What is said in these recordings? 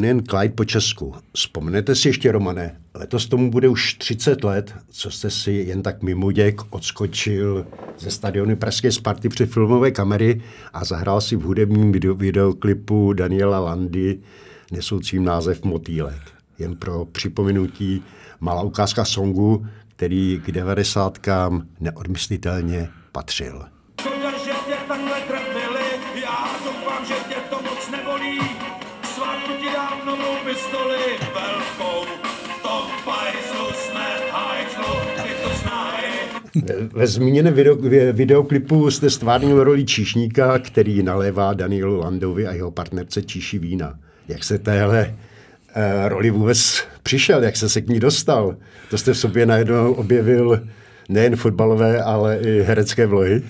Daniel Clyde po Česku. Vzpomenete si ještě, Romane, letos tomu bude už 30 let, co jste si jen tak mimoděk odskočil ze stadionu pražské Sparty před filmové kamery a zahrál si v hudebním videoklipu Daniela Landy nesoucím název Motýlek. Jen pro připomenutí malá ukázka songu, který k 90kám neodmyslitelně patřil. Super, že tě takhle trefili, já doufám, že tě to moc nebolí. Svátku ti dám novou pistoli, velkou, v tom pajzlu jsme hajzlu, ty to znají. Ve zmíněném videoklipu jste stvárnil roli číšníka, který nalévá Danielu Landovi a jeho partnerce číši vína. Jak se téhle roli vůbec přišel, jak se k ní dostal? To jste v sobě najednou objevil nejen fotbalové, ale i herecké vlohy?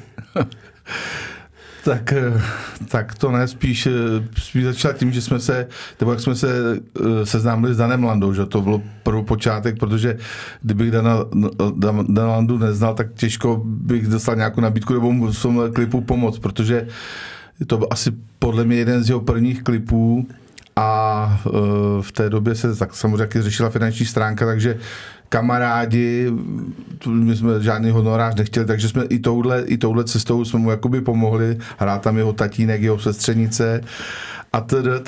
Tak to ne, spíš začal tím, že jak jsme se seznámili s Danem Landou, že to bylo prvopočátek, protože kdybych Dana Landu neznal, tak těžko bych dostal nějakou nabídku nebo mu v tom klipu pomoct, protože to byl asi podle mě jeden z jeho prvních klipů a v té době se tak samozřejmě řešila finanční stránka, takže kamarádi, my jsme žádný honorář nechtěli, takže jsme i touhle cestou jsme mu jakoby pomohli, hrál tam jeho tatínek, jeho sestřenice a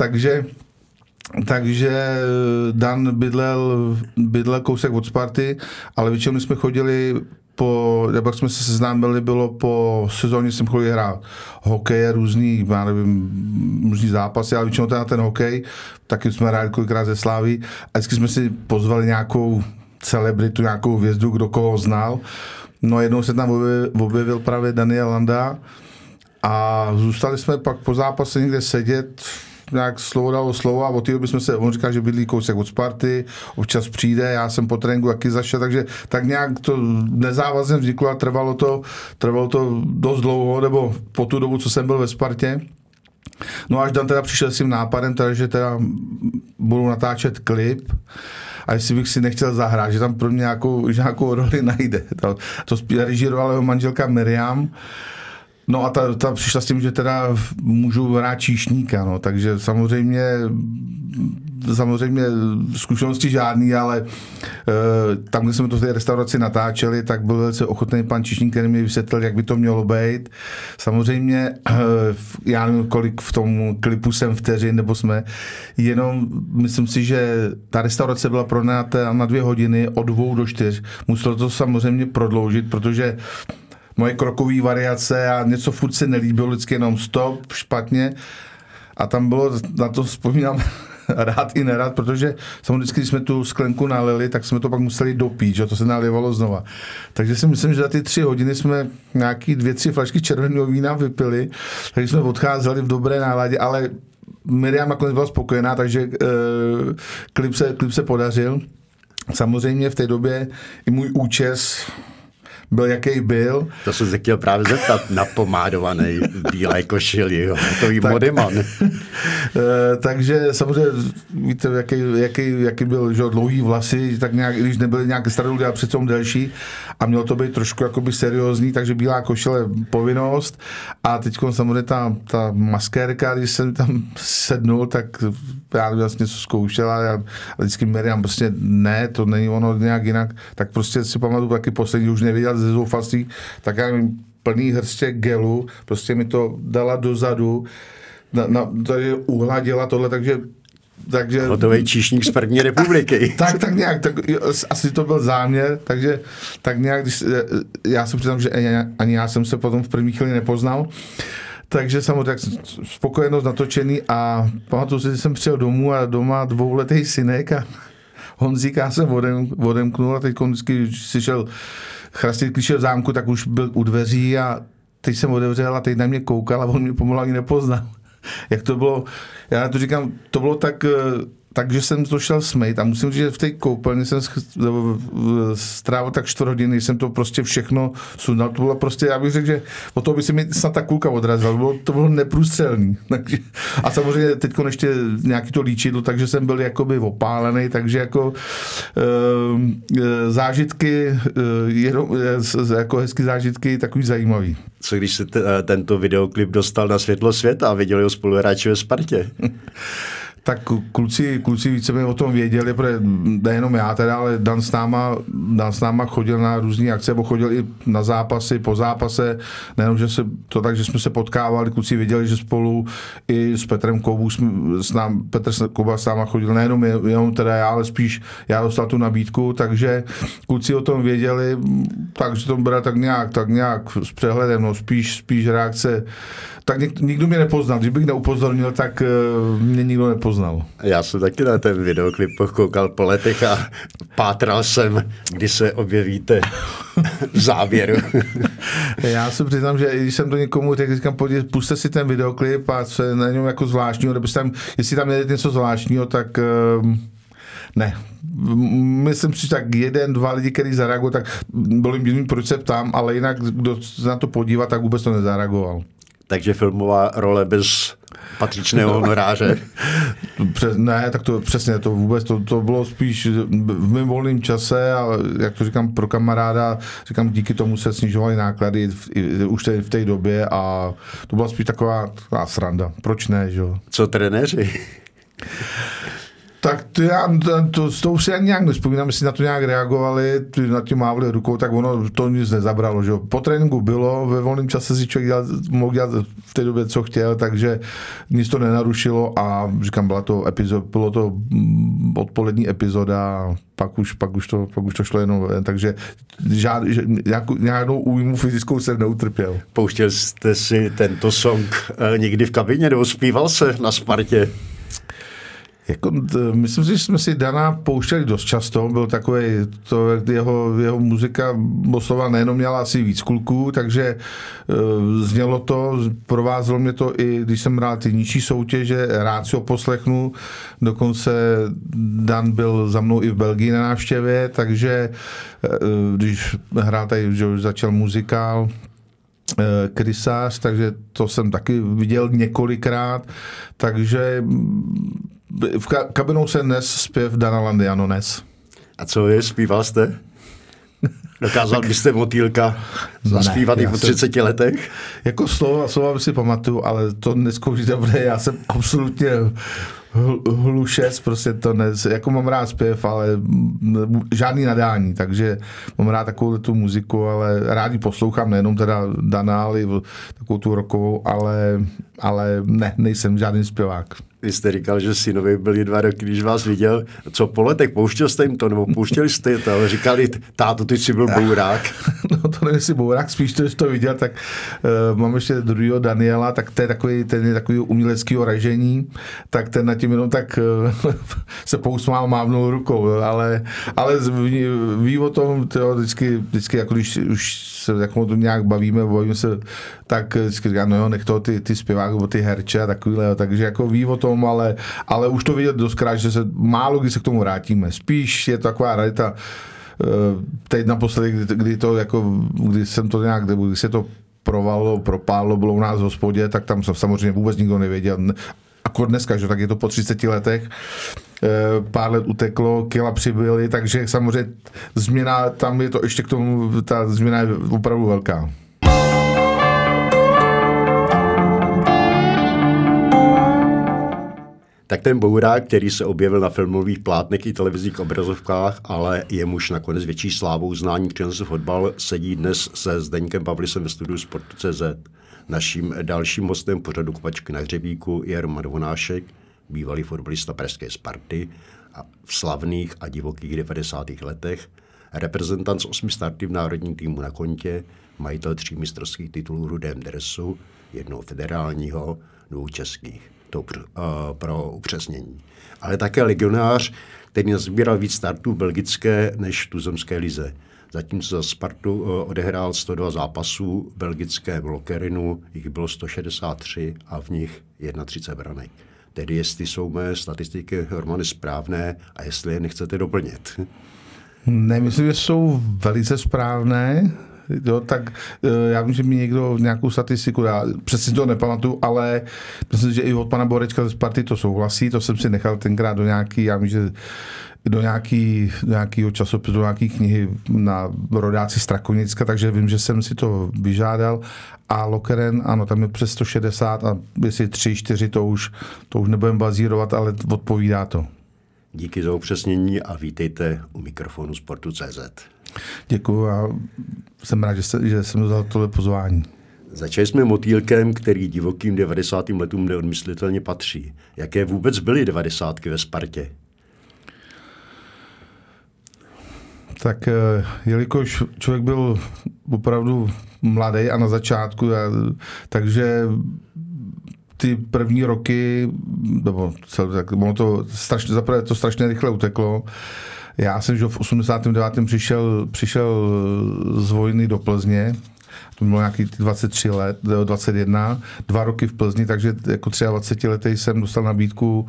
takže Dan bydlel kousek od Sparty, ale většinou jsme chodili jak jsme se seznámili, bylo po sezóně jsem chodil hrát hokeje, různý zápasy, ale většinou ten hokej, taky jsme hráli kolikrát ze Slávy a vždycky jsme si pozvali nějakou celebritu, nějakou hvězdu, kdo koho znal. No jednou se tam objevil právě Daniel Landa a zůstali jsme pak po zápase někde sedět, nějak slovo dalo slovo a od té doby on říkal, že bydlí kousek od Sparty, občas přijde, já jsem po tréninku taky zašel, takže tak nějak to nezávazně vzniklo a trvalo to dost dlouho, nebo po tu dobu, co jsem byl ve Spartě. No až Dan teda přišel s tím nápadem, že teda budu natáčet klip a jestli bych si nechtěl zahrát, že tam pro mě nějakou roli najde. To režírovala jeho manželka Miriam. No a ta přišla s tím, že teda můžu hrát číšníka, no, takže samozřejmě zkušenosti žádný, ale tam, kde jsme to v té restauraci natáčeli, tak byl velice ochotný pan číšník, který mi vysvětlil, jak by to mělo být. Samozřejmě, já nevím, kolik v tom klipu jsem vteřin, nebo jsme, jenom myslím si, že ta restaurace byla pronajata na 2 hodiny od 2 do 4. Muselo to samozřejmě prodloužit, protože moje krokové variace a něco furt se nelíbilo, vždycky jenom stop, špatně. A tam bylo, na to vzpomínám rád i nerad, protože samozřejmě vždycky, když jsme tu sklenku nalili, tak jsme to pak museli dopít, že to se nalivalo znova. Takže si myslím, že za ty 3 hodiny jsme nějaký 2-3 flašky červeného vína vypili, takže jsme odcházeli v dobré náladě, ale Miriam nakonec byla spokojená, takže klip se podařil. Samozřejmě v té době i můj účes byl, jaký byl. To jsem se chtěl právě zeptat, napomádovaný bílé košili, jo, to jí modeman. Takže samozřejmě víte, jaký byl, že dlouhý vlasy, tak nějak, když nebyly nějaké staré lidé, ale přece delší a mělo to být trošku jakoby seriózní, takže bílá košile povinnost a teď samozřejmě ta maskérka, když jsem tam sednul, tak já vlastně něco zkoušela a vždycky Miriam prostě ne, to není ono nějak jinak, tak prostě si pamatuju taky poslední, už nevěděl ze zoufalství, tak já nevím, plný hrstě gelu, prostě mi to dala dozadu, takže uhladila tohle, takže hotový číšník z první republiky. tak nějak, asi to byl záměr, takže tak nějak, já se přiznám, že ani já jsem se potom v první chvíli nepoznal, takže samozřejmě spokojenost, natočený a pamatuju si, že jsem přijel domů a doma 2letý synek a Honzíka jsem odemknul a teď vždycky si šel chrastit klíče v zámku, tak už byl u dveří a teď jsem otevřel a teď na mě koukal a on mě pomalu ani nepoznal. Jak to bylo, já to říkám, to bylo takže jsem to šel smejt a musím říct, že v té koupelně jsem strávil tak 4 hodiny, jsem to prostě všechno sundal. To bylo prostě, já bych řekl, že o toho by se mi snad ta kulka odrazila, to bylo neprůstřelný. A samozřejmě teď ještě nějaký to líčidlo, takže jsem byl jakoby opálený, takže jako zážitky, jako hezký zážitky, takový zajímavý. Co když se tento videoklip dostal na světlo světa a viděli ho spoluhráči ve Spartě? Tak kluci víceméně o tom věděli, protože nejenom já teda, ale Dan s náma chodil na různé akce, nebo chodil i na zápasy, po zápase, nejenom, že že jsme se potkávali, kluci věděli, že spolu i s Petrem Koubou, Petr Kouba s náma chodil, nejenom teda já, ale spíš já dostal tu nabídku, takže kluci o tom věděli, takže to bude tak nějak s přehledem, no, spíš reakce. Tak nikdo mě nepoznal, když bych neupozornil, tak mě nikdo nepoznal. Já jsem taky na ten videoklip koukal po letech a pátral jsem, kdy se objevíte v záběru. Já se přiznám, že když jsem to někomu řekl, říkám, puste si ten videoklip a se na něm jako zvláštního, nebo jestli tam je něco zvláštního, tak ne. Myslím si, že tak 1-2 lidi, kteří zareagovali, tak bylo jim divný, proč se ptám, ale jinak, kdo se na to podívá, tak vůbec to nezareagoval. Takže filmová role bez patřičného honoráře? Ne, tak to přesně, to vůbec, to bylo spíš v mém volném čase a jak to říkám pro kamaráda, říkám, díky tomu se snižovaly náklady už v té době a to byla spíš taková sranda. Proč ne, že jo? Co trenéři? Tak to už si ani nějak nespomínám, jestli na to nějak reagovali, na tím mávli rukou, tak ono to nic nezabralo. Že? Po tréninku bylo, ve volném čase si člověk mohl dělat v té době, co chtěl, takže nic to nenarušilo a říkám, bylo to odpolední epizoda, pak už to šlo jenom, takže žádnou újmu fyzickou jsem neutrpěl. Pouštěl jste si tento song někdy v kabině, nebo zpíval se na Spartě? Myslím si, že jsme si Dana pouštěli dost často, byl takový, jeho muzika doslova nejenom měla asi víc kluků, takže znělo to, provázelo mě to i když jsem hrál ty nižší soutěže, rád si ho poslechnu, dokonce Dan byl za mnou i v Belgii na návštěvě, takže když hrál tady, že už začal muzikál, Krysář, takže to jsem taky viděl několikrát, takže v kabinou se nes zpěv Dana Landy, ano, nes. A co je, zpíval jste? Dokázal byste Motýlka zaspívat i po 30 letech? Jako slova si pamatuju, ale to neskouší dobré, já jsem absolutně hlušec, prostě to jako mám rád zpěv, ale žádný nadání, takže mám rád takovou tu muziku, ale rád ji poslouchám, nejenom teda Dana, ale takovou tu rockovou, ale nejsem žádný zpěvák. Vy jste říkal, že synovi byli 2 roky, když vás viděl. Co po letech, pouštěl jste jim to, nebo pouštěli jste to, ale říkali, táto, ty jsi byl bourák. No to nevím, jestli bourák, spíš to, že to viděl, tak mám ještě druhýho Daniela, tak ten je takový uměleckého ražení, tak ten na tím jenom tak se pousmál, mávnul rukou, ale ví o tom, vždycky jako když už se jako to nějak bavíme se, tak vždycky říká, no jo, nech to ty zpěváky, nebo ty herče a takovýhle, takže jako ví o tom, ale už to vidět doskrát, že se málo kdy se k tomu vrátíme. Spíš je to taková realita, teď naposledy, kdy jsem to nějak, když se to propálilo, bylo u nás v hospodě, tak tam samozřejmě vůbec nikdo nevěděl. Jako dneska, že tak je to po 30 letech, pár let uteklo, kila přibyly, takže samozřejmě změna, tam je to ještě k tomu, ta změna je opravdu velká. Tak ten bourák, který se objevil na filmových plátnech i televizních obrazovkách, ale jemuž nakonec větší slávou znání v přenosu fotbal, sedí dnes se Zdeňkem Pavlisem ve studiu Sportu.cz. Naším dalším hostem pořadu Kopačky na hřebíku je Roman Honášek, bývalý fotbalista pražské Sparty a v slavných a divokých 90. letech, reprezentant s 8 starty v národním týmu na kontě, majitel 3 mistrovských titulů v rudém dresu, 1 federálního, 2 českých. To pro upřesnění. Ale také legionář, který nazbíral víc startů v belgické než v tuzemské lize. Zatímco za Spartu odehrál 102 zápasů v belgickém Lokerinu, jich bylo 163 a v nich 31 branek. Tedy jestli jsou mé statistiky, Romane, správné a jestli je nechcete doplnit. Nemyslím, že jsou velice správné. Jo, tak já vím, že mi někdo nějakou statistiku dá, přesně to nepamatuju, ale myslím, že i od pana Borečka ze Sparty to souhlasí, to jsem si nechal tenkrát do nějaký, já vím, že do nějakého časopisu, do nějaké knihy na rodáci Strakonicka, takže vím, že jsem si to vyžádal. A Lokeren, ano, tam je přes 160 a jestli 3-4, to už nebudeme bazírovat, ale odpovídá to. Díky za upřesnění a vítejte u mikrofonu Sportu.cz. Děkuju a jsem rád, že jsem dostal tohle pozvání. Začali jsme motýlkem, který divokým 90. letům neodmyslitelně patří. Jaké vůbec byly 90. ve Spartě? Tak jelikož člověk byl opravdu mladý a na začátku, takže ty první roky, nebo ono to zaprvé to strašně rychle uteklo. Já jsem že v 89. přišel z vojny do Plzně, to bylo nějaký 23 let, 21, 2 roky v Plzni, takže jako 23 letý jsem dostal nabídku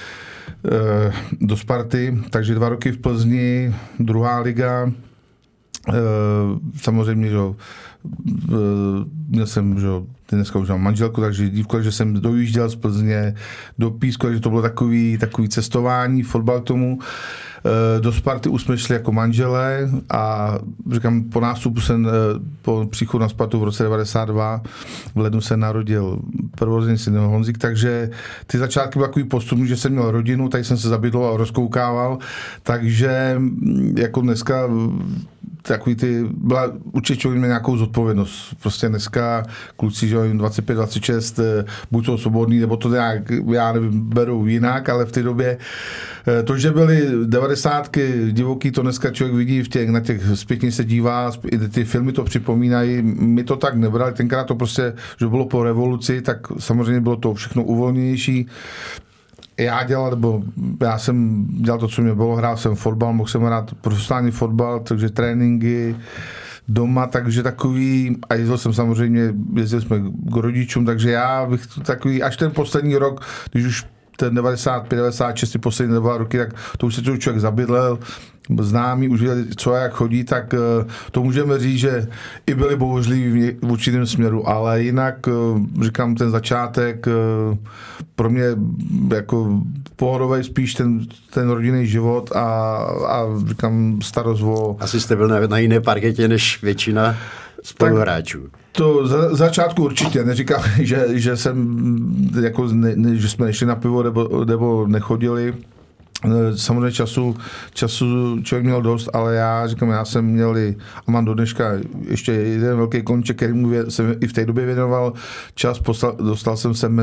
do Sparty, takže 2 roky v Plzni, druhá liga, samozřejmě, že měl jsem, že dneska už mám manželku, takže dívku, že jsem dojížděl z Plzně do Písku, takže to bylo takový cestování, fotbal k tomu. Do Sparty už jsme šli jako manželé a říkám, po nástupu po příchodu na Spartu v roce 92 v lednu se narodil prvorozený syn Honzik, takže ty začátky byly takový postup, že jsem měl rodinu, tady jsem se zabydloval a rozkoukával, takže jako dneska takový určitě člověk měl nějakou zodpovědnost. Prostě dneska kluci, že 25, 26, buď jsou svobodní, nebo to nějak, já nevím, berou jinak, ale v té době to, že byly 90 divoký, to dneska člověk vidí na těch zpětně se dívá, ty filmy to připomínají, my to tak nebrali, tenkrát to prostě, že bylo po revoluci, tak samozřejmě bylo to všechno uvolněnější. Já jsem dělal to, co mě bylo, hrál jsem fotbal, mohl jsem hrát profesionální fotbal, takže tréninky doma, takže takový, a jezdil jsme k rodičům, takže já bych takový, až ten poslední rok, když už ten 95, 96, ty poslední 2 roky, tak to už se to člověk zabydlel, známí, už věděli, co a jak chodí, tak to můžeme říct, že i byli bouřliví v určitém směru, ale jinak říkám, ten začátek pro mě jako pohodový spíš ten rodinný život a říkám starost o... Asi jste byl na jiné parketě než většina spoluhráčů. To začátku určitě, neříkám, že jsem jako že jsme nešli na pivo nebo nechodili. Samozřejmě času člověk měl dost, ale já jsem měl a mám do dneška ještě jeden velký konček, který mu jsem i v té době věnoval čas, dostal jsem se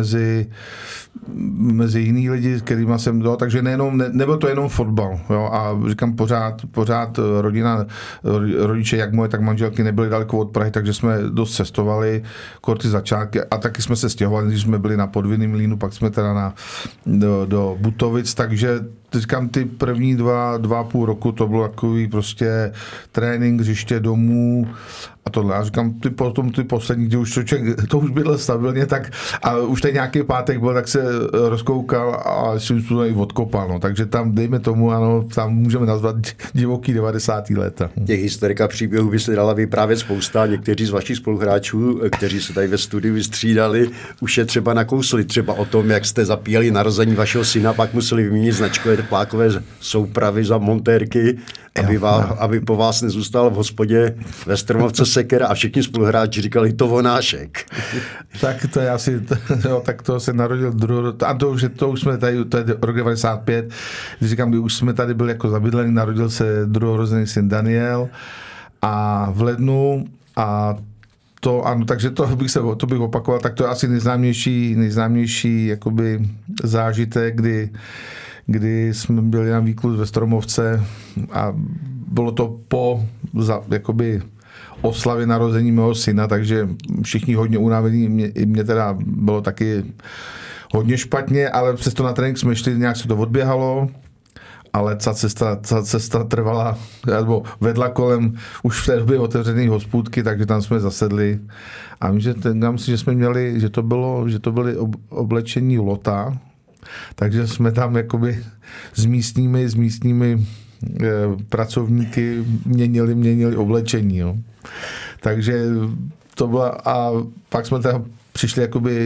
mezi jiný lidi, kterýma jsem takže nebyl to jenom fotbal, jo, a říkám pořád rodina, rodiče, jak moje, tak manželky nebyly daleko od Prahy, takže jsme dost cestovali, ty začátky a taky jsme se stěhovali, když jsme byli na Podvinném Mlýnu, pak jsme teda do Butovic, takže říkám, ty první 2,5 roku to bylo takový prostě trénink, hřiště domů a tohle. Já říkám, ty poslední, kdy už to už bydlel stabilně, tak a už ten nějaký pátek byl, tak se rozkoukal a si to i odkopal. No. Takže tam, dejme tomu, ano, tam můžeme nazvat divoký 90. léta. Těch historik a příběhů by se dala vyprávět spousta. Někteří z vašich spoluhráčů, kteří se tady ve studiu vystřídali, už je třeba nakousli. Třeba o tom, jak jste zapíjeli narození vašeho syna, pak museli vyměnit značkové teplákové soupravy za montérky, aby po vás nezůstal v hospodě ve Stromovce sekera a všichni spoluhráči říkali, to vonášek. Tak to je asi, tak to se narodil a to už jsme tady, to je rok 95, když říkám, kdy už jsme tady byli jako zabydlení, narodil se druhorozený syn Daniel a v lednu a to ano, takže to bych opakoval, tak to je asi nejznámější jakoby zážitek, kdy jsme byli na výkluz ve Stromovce a bylo to po jakoby oslavě narození mého syna, takže všichni hodně unavení, mě teda bylo taky hodně špatně, ale přesto na trénink jsme šli, nějak se to odběhalo, ale ta cesta trvala, nebo vedla kolem už v té době otevřený hospůdky, takže tam jsme zasedli a myslím, že jsme měli, že to byly oblečení Lota, takže jsme tam jakoby s místními pracovníky měnili oblečení. Jo. Takže to byla, a pak jsme teda přišli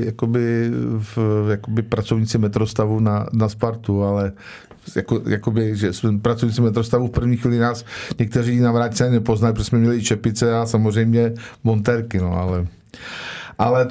jakoby pracovníci metrostavu na Spartu, ale jakoby, že jsme pracovníci metrostavu v první chvíli nás někteří navrátilé nepoznali, protože jsme měli čepice a samozřejmě montérky, no, ale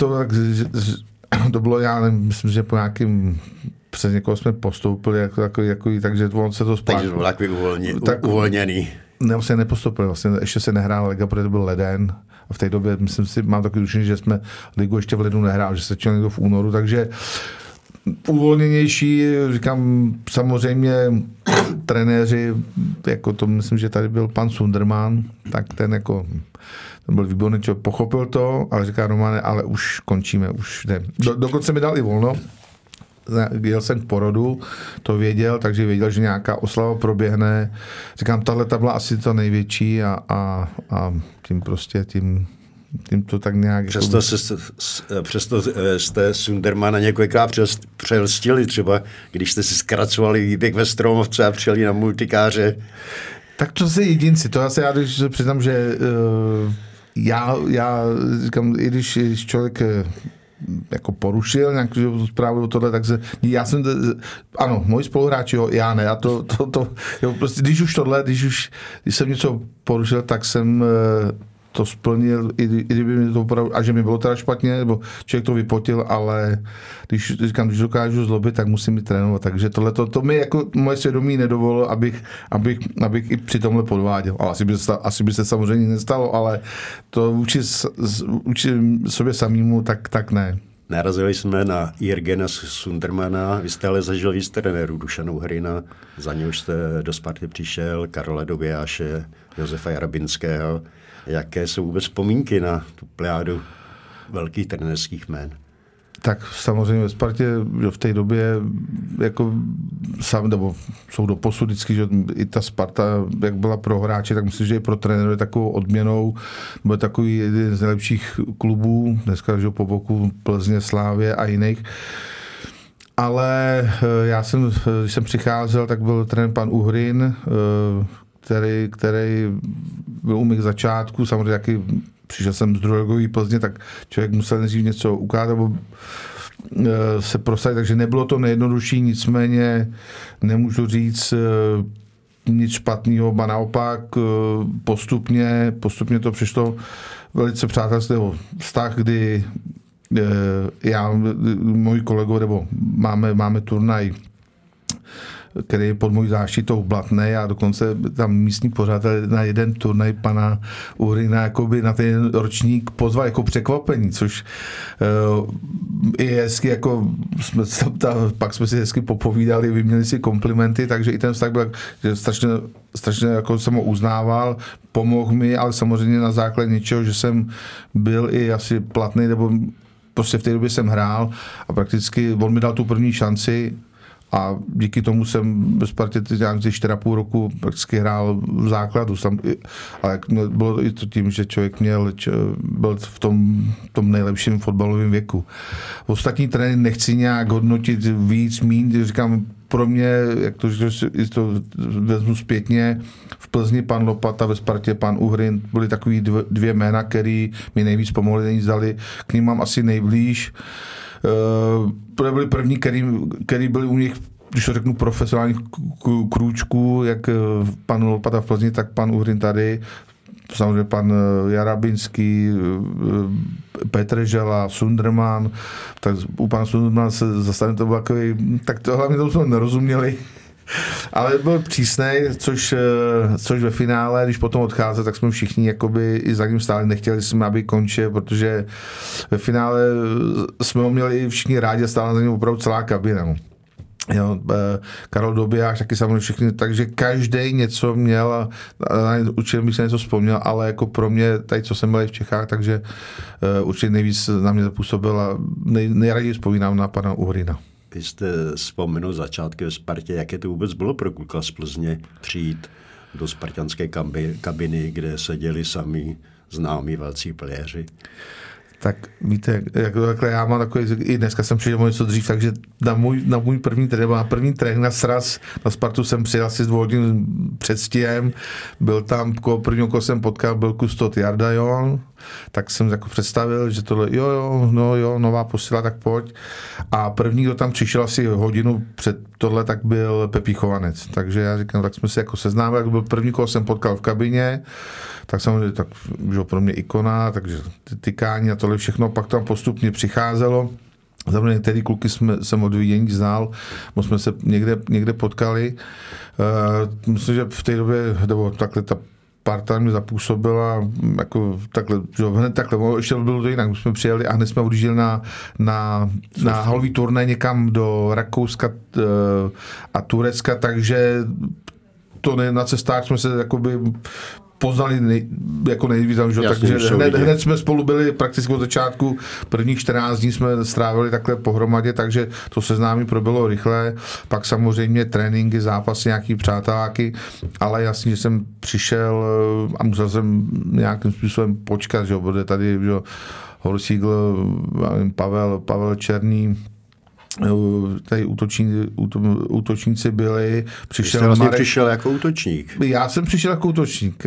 to bylo, já nevím, myslím, že po nějakým přes někoho jsme postoupili, takže on se to splášil. Takže to byl takový uvolněný. Ne, vlastně nepostoupili, vlastně ještě se nehrál liga, protože to byl leden. A v té době, myslím si, mám takový tušení, že jsme ligu ještě v lednu nehrál, že se začal někdo v únoru, takže uvolněnější, říkám, samozřejmě trenéři, jako to myslím, že tady byl pan Sunderman, tak ten byl výborný člověk, pochopil to, ale říká Romane, ale už končíme, už jde. Dokonce mi dal i volno, jel jsem k porodu, to věděl, takže věděl, že nějaká oslava proběhne. Říkám, tahle byla asi to největší a tím to tak nějak... Přesto jste Sundermana několikrát přelstili, třeba když jste si zkracovali výběh ve Stromovce a přijeli na multikáře. Tak to jsou jedinci, to asi já když se přiznám, že já říkám, i když člověk jako porušil nějakou zprávu o tohle, tak já jsem, ano, moji spoluhráči, jo, já ne, a to jo, prostě, když jsem něco porušil, tak jsem to splnil, i kdyby mi to opravdu, a že mi bylo teda špatně, nebo člověk to vypotil, ale když dokážu zlobit, tak musím jít trénovat, takže to mi jako moje svědomí nedovolilo, abych i při tomhle podváděl. Ale asi by se samozřejmě nestalo, ale to vůči sobě samýmu, tak ne. Narazili jsme na Jirgena Sundermana, vy jste ale zažil víc trenérů, Dušana Uhrina, za něj jste do Sparty přišel, Karola Dobijáše, Josefa Jarabinského. Jaké jsou vůbec vzpomínky na tu plejádu velkých trenérských jmén? Tak samozřejmě ve Spartě v té době jako nebo jsou doposud vždycky, že i ta Sparta, jak byla pro hráče, tak myslím, že i pro trenéry takovou odměnou, byl takový jeden z nejlepších klubů, dneska že po boku Plzně, Slávě a jiných. Ale když jsem přicházel, tak byl trenér pan Uhrin, který byl u mých začátků, samozřejmě jaký přišel jsem z druhé Plzně, tak člověk musel nejdřív něco ukázat nebo se prosadit, takže nebylo to nejjednodušší, nicméně nemůžu říct nic špatného, ba naopak postupně to přišlo velice přátelský vztah, kdy moji kolegové, nebo máme turnaj, který je pod mojí záštitou Blatné a dokonce tam místní pořadatel na jeden turnaj pana Uhrina jakoby na ten ročník pozval jako překvapení, což je hezky, jako pak jsme si hezky popovídali, vyměnili si komplimenty, takže i ten vztah byl že strašně jako jsem ho uznával, pomohl mi, ale samozřejmě na základě něčeho, že jsem byl i asi platný, nebo prostě v té době jsem hrál a prakticky on mi dal tu první šanci. A díky tomu jsem ve Spartě 4,5 roku prakticky hrál v základu. Ale bylo i to tím, že člověk byl v tom nejlepším fotbalovém věku. Ostatní tréninky nechci nějak hodnotit víc, míň. Říkám, pro mě, jak to vezmu zpětně, v Plzni pan Lopata, ve Spartě pan Uhrin, byly takový dvě jména, který mi nejvíc pomohli, nejvíc dali. K ním mám asi nejblíž. To byli první, který byli u nich, když to řeknu, profesionálních krůčků, jak pan Lopata v Plzni, tak pan Uhrin tady, samozřejmě pan Jarabinský, Petr Žela, Sunderman, tak u pana Sundermana se zastavím, to bylo takový, tak to hlavně to jsme nerozuměli. Ale byl přísnej, což ve finále, když potom odcházel, tak jsme všichni jakoby i za ním stáli, nechtěli jsme, aby končil, protože ve finále jsme ho měli všichni rádi a stála za ním opravdu celá kabina. Jo, Karol Dobijáš, taky samozřejmě všichni, takže každý něco měl a určitě bych se něco vzpomněl, ale jako pro mě, tady co jsem byl v Čechách, takže určitě nejvíc na mě zapůsobil a nejraději vzpomínám na pana Uhrina. Vy jste vzpomenul začátky ve Spartě, jaké to vůbec bylo pro kluka z Plzně přijít do spartanské kabiny, kde seděli sami známí velcí playeři? Tak víte, jak takhle já mám takový, i dneska jsem přišel něco dřív, takže na můj první trénink na sraz na Spartu jsem přijel asi 2 hodin před stihem, byl tam, prvního koho jsem potkal, byl kustot Jarda, jo, tak jsem jako představil, že tohle, jo, nová posila, tak pojď. A první, kdo tam přišel asi hodinu před tohle, tak byl Pepí Chovanec. Takže já říkám, tak jsme se jako seznámili, jak byl první, koho jsem potkal v kabině, tak samozřejmě tak, že pro mě ikona, takže tykání a tohle všechno, pak tam postupně přicházelo. Zároveň některý kluky jsem od vidění znal, jsme se někde potkali. Myslím, že v té době, nebo takhle ta parta mi zapůsobila, jako takhle, že hned takhle, ještě bylo to jinak, my jsme přijeli a hned jsme odjížděli na halový turné někam do Rakouska a Turecka, takže to na cestách jsme se jakoby poznali jako nejvíc, takže hned jsme spolu byli prakticky od začátku, prvních 14 dní jsme strávili takhle pohromadě, takže to seznámí proběhlo rychle, pak samozřejmě tréninky, zápasy, nějaký přáteláky, ale jasně, že jsem přišel a musel jsem nějakým způsobem počkat, že bude tady Horsígl, Pavel Černý, tady útočníci byli. Přišel jako útočník. Já jsem přišel jako útočník.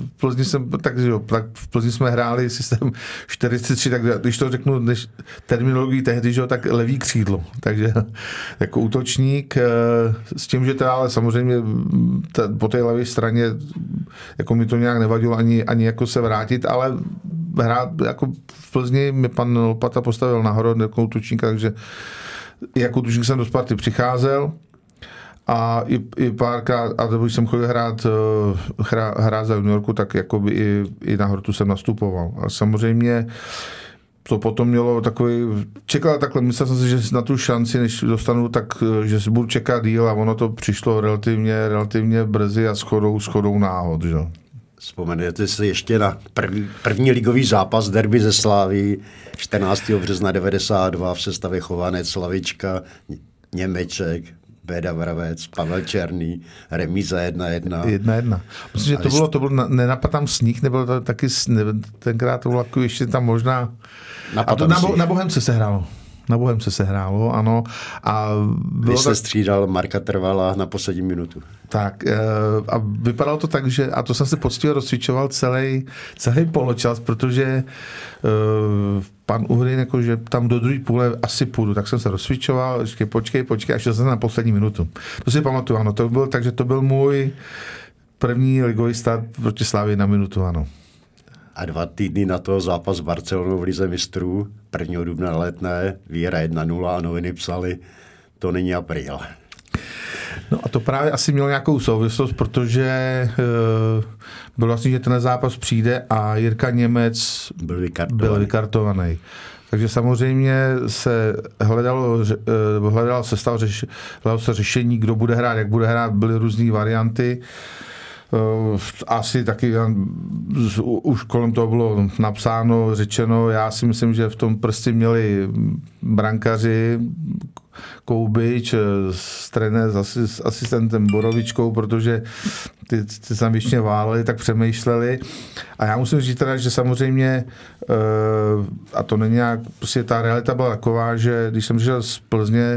V Plzni jsme hráli systém 43, tak když to řeknu terminologii tehdy, že, tak levý křídlo. Takže jako útočník s tím, že teda ale samozřejmě po té levé straně jako mi to nějak nevadilo ani jako se vrátit, ale hrát jako v Plzni mi pan Lopata postavil nahoru jako útočníka, takže jako útočník jsem do Sparty přicházel a i párkrát, a když jsem chodil hrát za juniorku, tak jakoby i na Hortu jsem nastupoval. A samozřejmě to potom mělo takový, čekal takhle, myslel jsem si, že na tu šanci, než dostanu, tak že si budu čekat díl a ono to přišlo relativně brzy a shodou náhod, že? Vzpomenete si ještě na první ligový zápas derby ze Sláví 14. března 92 v sestavě Chovanec, Slavička, Němeček, Béda Vravec, Pavel Černý, remíza 1-1. 1-1. Myslím, že to bylo nenapad tam sníh, nebylo to taky, tenkrát to bylo ještě tam možná, a to na Bohemce se hrálo, ano. A bylo se střídal Marka Trvala na poslední minutu. Tak a vypadalo to tak, že, a to jsem si poctivě rozcvičoval celý poločas, protože pan Uhrin, jakože tam do druhé půle asi půjdu, tak jsem se rozcvičoval, počkej, a šel jsem na poslední minutu. To si pamatuju, ano, takže to byl můj první ligový start proti Slávii na minutu, ano. A 2 týdny na to zápas s Barcelonou v lize mistrů, 1. dubna na Letné, výhra 1-0 a noviny psali, to není apríl. No a to právě asi mělo nějakou souvislost, protože bylo vlastně, že ten zápas přijde a Jirka Němec byl vykartovaný. Takže samozřejmě se hledalo se řešení, kdo bude hrát, jak bude hrát, byly různé varianty. Asi taky už kolem toho bylo napsáno, řečeno, já si myslím, že v tom prostě měli brankaři Koubič s asistentem Borovičkou, protože ty tam většině váleli, tak přemýšleli. A já musím říct teda, že samozřejmě, a to není nějak, prostě ta realita byla taková, že když jsem přišel z Plzně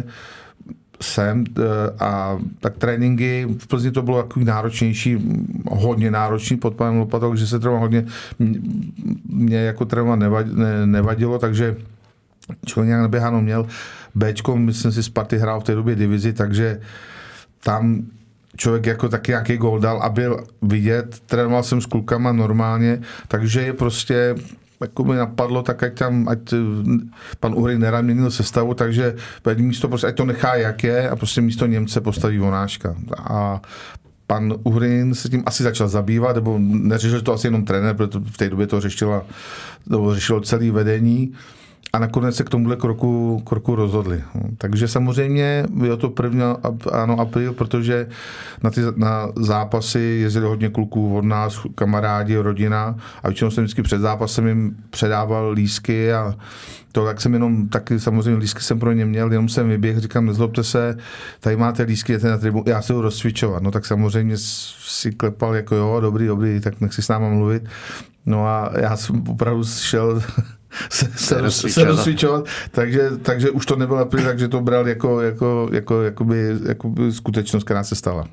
a tak tréninky v Plzni to bylo takový náročnější, hodně náročný pod panem Lopatou, že se třeba hodně mě jako trénovat nevadilo, takže člověk nějak neběháno měl. Bčko, myslím si, Sparty hrál v té době divizi, takže tam člověk jako taky nějaký gól dal a byl vidět, trénoval jsem s klukama normálně, takže je prostě jako mi napadlo, tak ať pan Uhrin nerad měnil sestavu, takže místo prostě, ať to nechá jak je a prostě místo Němce postaví Vonáčka. A pan Uhrin se tím asi začal zabývat, nebo neřešil to asi jenom trenér, protože v té době to řešilo celé vedení. A nakonec se k tomuhle kroku rozhodli. Takže samozřejmě bylo to 1. apríl, protože na zápasy jezdili hodně kluků od nás, kamarádi, rodina a většinou jsem vždycky před zápasem jim předával lístky a to tak jsem jenom, taky samozřejmě lístky jsem pro ně měl, jenom jsem vyběhl, říkám, nezlobte se, tady máte lístky, jdete na tribunu, já se ho rozcvičovat. No tak samozřejmě si klepal jako jo, dobrý, tak nechci s náma mluvit. No a já jsem opravdu šel se rozcvičovat, takže už to nebylo april, takže to bral jakoby skutečnost, která se stala.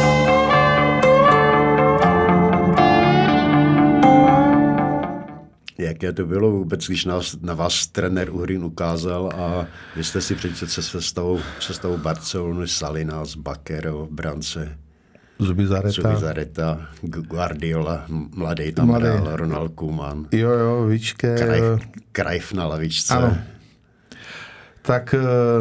Jaké to bylo vůbec, když na vás trenér Uhrin ukázal a vy jste si přečetli sestavou Barcelony, Salinas, Bakero, Brance, Zubizarreta, Guardiola, mladý tam hrál, Ronald Koeman. Jo, Víčke. Cruyff na lavičce. Ano. Tak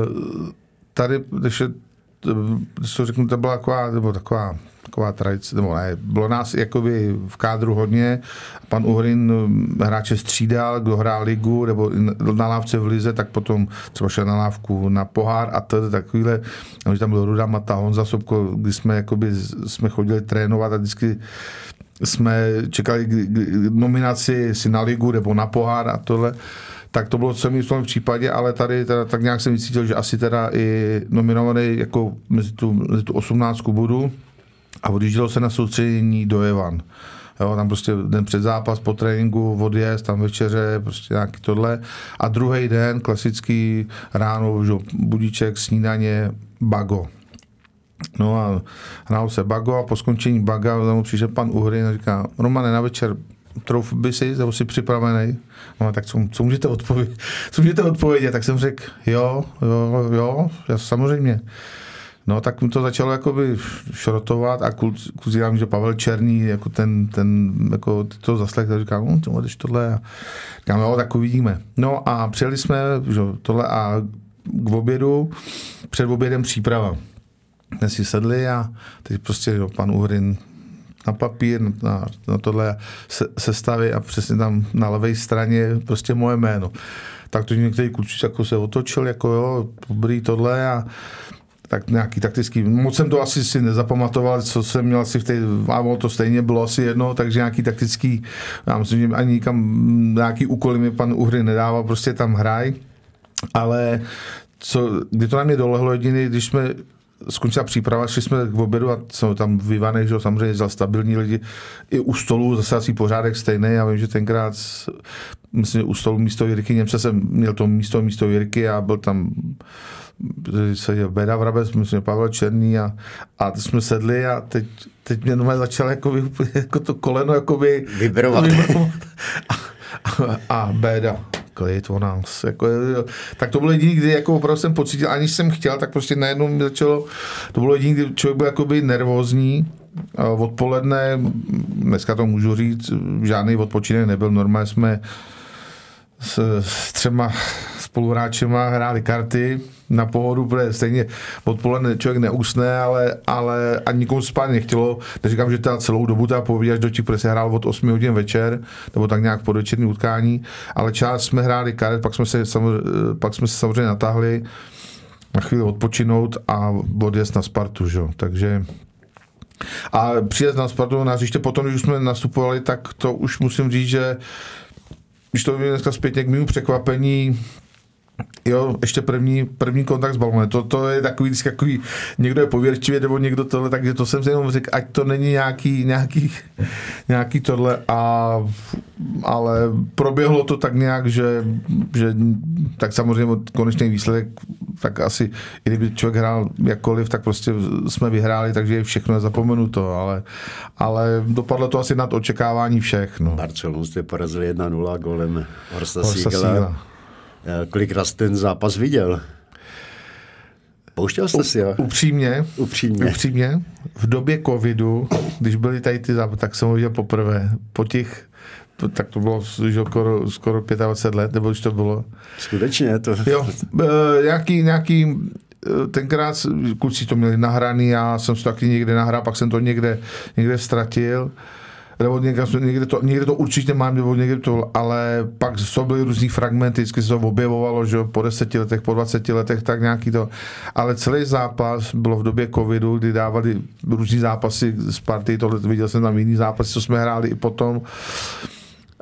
tady, když to řeknu, to byla taková tradice, nebo ne, bylo nás jakoby v kádru hodně, pan Uhrin hráče střídal, kdo hrál ligu, nebo na lávce v lize, tak potom třeba šel na lávku na pohár a to takovýhle, že tam byl Ruda Mata, Honza Sobko, kdy jsme chodili trénovat a vždycky jsme čekali nominaci si na ligu nebo na pohár a tohle. Tak to bylo celým v tom případě, ale tady teda, tak nějak jsem cítil, že asi teda i nominovaný jako mezi tu 18 budu. A odjíždělo se na soustředění do Jevan. Jo, tam prostě den před zápas, po tréninku, odjezd, tam večeře, prostě nějaký tohle. A druhý den, klasický ráno, že, budíček, snídaně, bago. No a hrál se bago a po skončení baga tam přišel pan Uhrin a říká, Romane, na večer trouf by si, nebo si připravený? No tak co můžete odpovědět? Tak jsem řekl, jo, já samozřejmě. No tak mi to začalo jakoby šrotovat a kluci nám, že Pavel Černý, jako ten jako to zaslech, tak říkal, co máš tohle? A říkám, jo, tak uvidíme. No a přijeli jsme, že tohle a k obědu, před obědem příprava. Jsme si sedli a teď prostě pan Uhrin na papír, na tohle sestavy a přesně tam na levé straně prostě moje jméno. Tak to některý kluci jako se otočil, jako jo, dobrý tohle a tak nějaký taktický, moc jsem to asi si nezapamatoval, co jsem měl asi v té, a to stejně bylo asi jedno, takže nějaký taktický, já myslím, že ani nikam nějaký úkoly mi pan Uhrin nedával, prostě tam hraj, ale kdy to na mě dolehlo jediný, když jsme skončila příprava, šli jsme k obědu a jsou tam v Ivanech, že samozřejmě za stabilní lidi, i u stolu zase asi pořádek stejný, já vím, že tenkrát myslím, u stolu místo Jirky Němce jsem měl to místo Jirky a byl tam seděl Béda Vrabec, myslím, Pavel Černý a jsme sedli a teď mě normálně začal jako to koleno jakoby vibrovat. A Béda klid o nás. Jako, tak to bylo jediný, kdy jako opravdu jsem pocítil, aniž jsem chtěl, tak prostě najednou mi začalo, to bylo jediný, kdy člověk byl jakoby nervózní. Odpoledne, dneska to můžu říct, žádný odpočinek nebyl, normálně jsme s 3 spoluhráčema hráli karty na pohodu, protože stejně odpoledne člověk neusne, ale ani nikomu spát nechtělo. Neříkám, že ta celou dobu ta povídáš do těch, protože se hrál od 8 hodin večer, nebo tak nějak podvečerní utkání, ale část jsme hráli karet, pak jsme se samozřejmě natáhli na chvíli odpočinout a odjezd na Spartu, že? Takže a příjezd na Spartu na hřiště potom, když jsme nastupovali, tak to už musím říct, že když to dneska zpětně k mému překvapení, jo, ještě první kontakt s balonem. To je takový někdo je pověrčivě, nebo někdo tohle, takže to jsem si jenom řekl, ať to není nějaký tohle, ale proběhlo to tak nějak, že tak samozřejmě konečný výsledek, tak asi, i kdyby člověk hrál jakkoliv, tak prostě jsme vyhráli, takže je všechno nezapomenuto, ale dopadlo to asi nad očekávání všech. No. Barcelonu jste porazili 1-0 golem Horsta Siegela. Kolikrát jsi ten zápas viděl? Pouštěl jste si, jo? Upřímně. V době covidu, když byly tady ty zápasy, tak jsem ho viděl poprvé. Tak to bylo skoro 25 let, nebo když to bylo. Skutečně to. Jo, nějaký tenkrát kluci to měli nahraný, já jsem to taky někde nahrál, pak jsem to někde ztratil. Nebo někde to určitě mám, nebo někde to, ale pak to byly různý fragmenty, vždycky se to objevovalo, že po 10 letech, po 20 letech, tak nějaký to. Ale celý zápas bylo v době covidu, kdy dávali různý zápasy z party, tohle viděl jsem tam jiný zápasy, co jsme hráli i potom.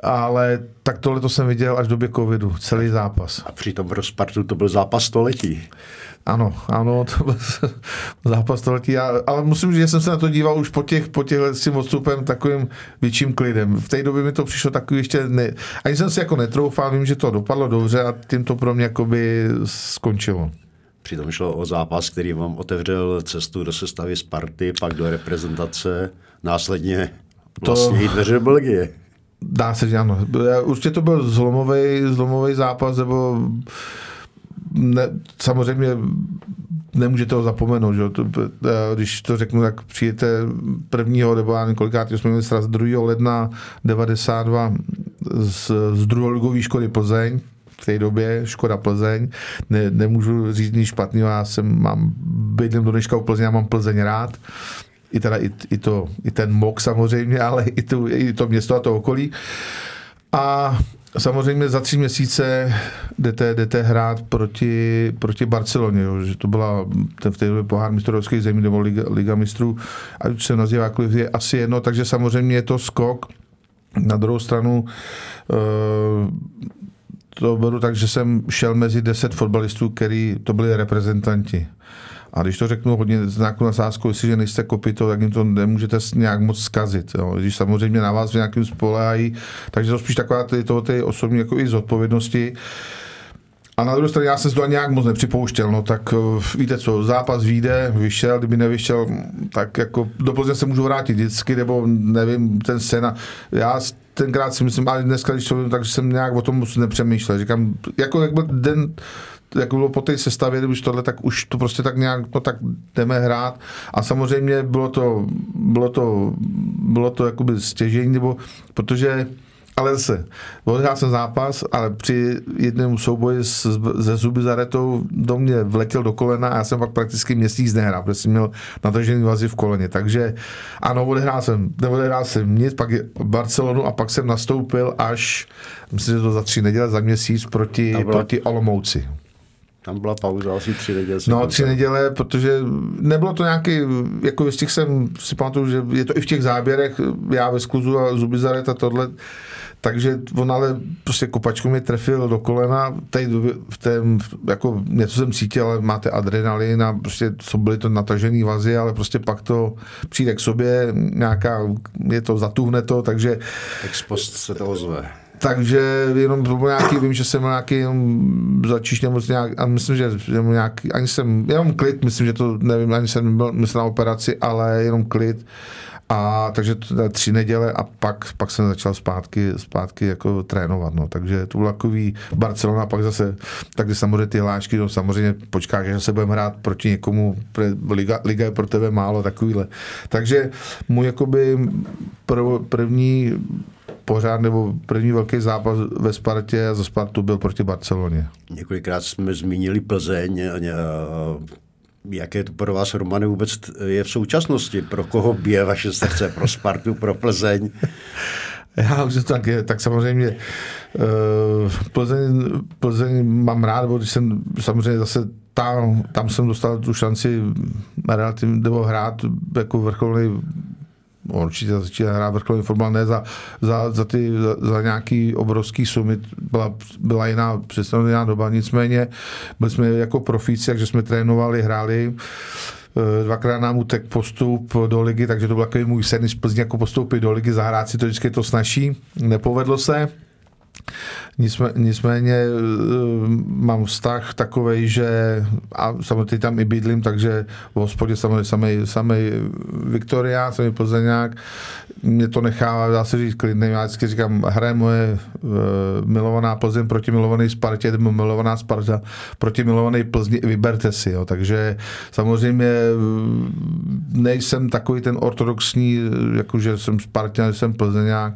ale tak tohle to jsem viděl až v době covidu, celý zápas. A přitom pro Spartu to byl zápas století. Ano, to byl zápas století, ale musím říct, že jsem se na to díval už po těch s tím odstupem takovým větším klidem. V té době mi to přišlo takový ještě, ani jsem si jako netroufal, vím, že to dopadlo dobře a tím to pro mě jakoby skončilo. Přitom šlo o zápas, který vám otevřel cestu do sestavy Sparty, pak do reprezentace, následně vlastně i dveře do Belgie. Dá se, že ano. Určitě to byl zlomový zápas, nebo samozřejmě nemůžete ho zapomenout, že? Když to řeknu, tak přijete 1. nebo já nevím, kolikátýho jsme měli sraz 2. ledna 92 z druholigový Škody Plzeň, v té době Škoda Plzeň. Nemůžu říct nic špatného, bydlím do dneška u Plzeň, já mám Plzeň rád. I ten MOK samozřejmě, ale i to město a to okolí. A samozřejmě za 3 měsíce jdete hrát proti Barceloně, jo, že to byla v té době pohár mistrovských zemí nebo Liga mistrů, ať už se nazývá jakkoliv, je asi jedno, takže samozřejmě je to skok. Na druhou stranu to beru tak, že jsem šel mezi 10 fotbalistů, který to byli reprezentanti. A když to řeknu hodně znaku na sázku, jestliže nejste kopyto, tak jim to nemůžete nějak moc zkazit. Jo. Když samozřejmě na vás v nějakým spoléhají, takže to spíš taková té osobní jako i zodpovědnosti. A na druhé straně já jsem se to nějak moc nepřipouštěl, no tak víte co, zápas vyšel, kdyby nevyšel, tak jako do Plzně se můžu vrátit vždycky, nebo nevím, ten scéna. Já tenkrát si myslím, ale dneska, když to vím, takže jsem nějak o tom moc nepřemýšlel. Říkám, jako jak byl den, jak bylo po té sestavě, už tohle, tak už to prostě tak nějak, no tak jdeme hrát. A samozřejmě bylo to jakoby stěžení, nebo protože, ale zase, odehrál jsem zápas, ale při jednom souboji se Zubizaretou do mě vletěl do kolena a já jsem pak prakticky měsíc nehrál, protože jsem měl natažený vazy v koleně. Takže ano, neodehrál jsem nic, pak Barcelonu a pak jsem nastoupil až, myslím, že to za 3 neděle, za měsíc proti Olomouci. Tam byla pauza asi 3 neděle. No, 3 neděle, protože nebylo to nějaký, jako v těch jsem si pamatuju, že je to i v těch záběrech, já ve skluzu a Zubizaret a tohle, takže on ale prostě kopačkou mě trefil do kolena, jako něco jsem cítil, ale máte adrenalin a prostě byly to natažený vazy, ale prostě pak to přijde k sobě, zatuhne to, takže... Ex post se to ozve. Takže jenom to bylo nějaký, vím, že jsem nějaký jenom začíšně moc nějak, a myslím, že nějaký, jenom klid, myslím, že to, nevím, ani jsem byl myslel na operaci, ale jenom klid. A takže to 3 neděle a pak jsem začal zpátky jako trénovat, no. Takže to bylo takový Barcelona, pak zase, takže samozřejmě ty hlášky, no, samozřejmě počkáš, že se budeme hrát proti někomu, liga je pro tebe málo, takovýhle. Takže můj jakoby první pořád nebo první velký zápas ve Spartě a za Spartu byl proti Barceloně. Několikrát jsme zmínili Plzeň. Jaké to pro vás, Romane, vůbec je v současnosti? Pro koho bije vaše srdce? Pro Spartu, pro Plzeň? Já už to tak je, tak samozřejmě Plzeň mám rád, bo když jsem samozřejmě zase tam jsem dostal tu šanci relativně hrát jako vrcholný, určitě začíná hrát vrcholový fotbal, ne za nějaký obrovský sumy, byla jiná představená doba, nicméně byli jsme jako profíci, takže jsme trénovali, hráli, 2krát nám utek postup do ligy, takže to byl takový můj sen z Plzně, jako postoupit do ligy, zahrát si to vždycky to snaží, nepovedlo se. Nicméně mám vztah takovej, že a samozřejmě tam i bydlím, takže v hospodě samozřejmě samý Viktoria, samý Plzeňák, mě to nechává, dá se říct, klidný. Já vždycky říkám, hraje moje milovaná Plzeň proti milované Spartě, nebo milovaná Sparta proti milované Plzni, vyberte si. Jo. Takže samozřejmě nejsem takový ten ortodoxní, jakože jsem Spartan, jsem Plzeňák.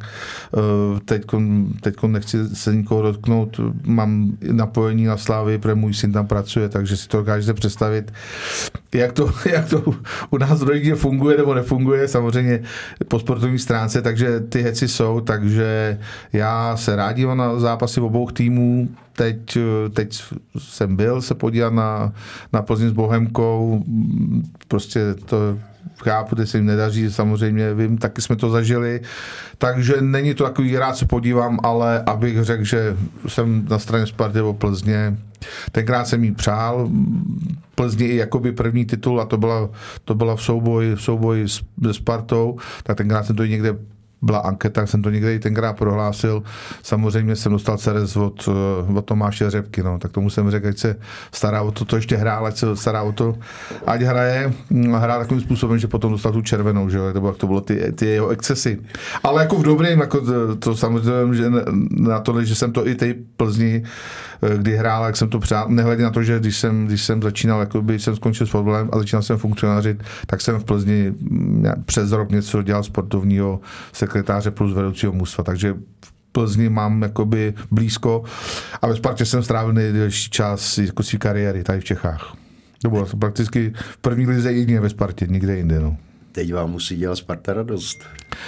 Teďko nechci se nikoho dotknout, mám napojení na Slávy, protože můj syn tam pracuje, takže si to dokážete představit, jak to u nás v rodině funguje nebo nefunguje, samozřejmě po sportovní stránce, takže ty heci jsou, takže já se rád dívám na zápasy obou týmů. Teď jsem byl se podívat na Plzeň s Bohemkou, prostě to chápu, že se jim nedaří, samozřejmě vím, taky jsme to zažili, takže není to takový, rád se podívám, ale abych řekl, že jsem na straně Sparty o Plzně, tenkrát jsem jí přál, Plzni i jakoby první titul a to byla v souboji se Spartou, tak tenkrát jsem to i někde byla anketa, jsem to někde i tenkrát prohlásil. Samozřejmě jsem dostal ceres od Tomáše Řepky, no, tak tomu jsem řekl, ať se stará o to ještě hrál, ať se stará o to, ať hrá takovým způsobem, že potom dostal tu červenou, že jo, to bylo ty jeho excesy. Ale jako v dobrém, jako to samozřejmě, že na to, že jsem to i té Plzni, kdy hrál, jak jsem to přál, nehledě na to, že když jsem začínal, jakoby jsem skončil s fotbalem a začínal jsem funkcionářit, tak jsem v Plzni přes rok něco dělal sportovního sekretáře plus vedoucího mužstva, takže v Plzni mám jakoby blízko a ve Spartě jsem strávil nejdelší čas jako své kariéry tady v Čechách. To bylo prakticky v první lize jedině ve Spartě, nikde jinde. No. Teď vám musí dělat Sparta radost.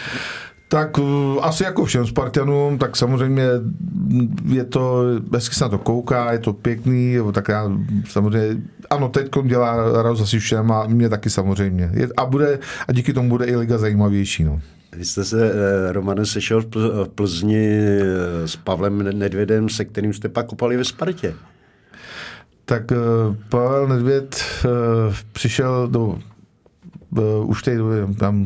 Tak asi jako všem Spartanům, tak samozřejmě je to, hezky se na to kouká, je to pěkný, tak já samozřejmě, ano, teď dělá radost asi všem a mě taky samozřejmě. A díky tomu bude i liga zajímavější. No. Vy jste se, Romane, sešel v Plzni s Pavlem Nedvědem, se kterým jste pak kopali ve Spartě. Tak Pavel Nedvěd přišel do už v té době tam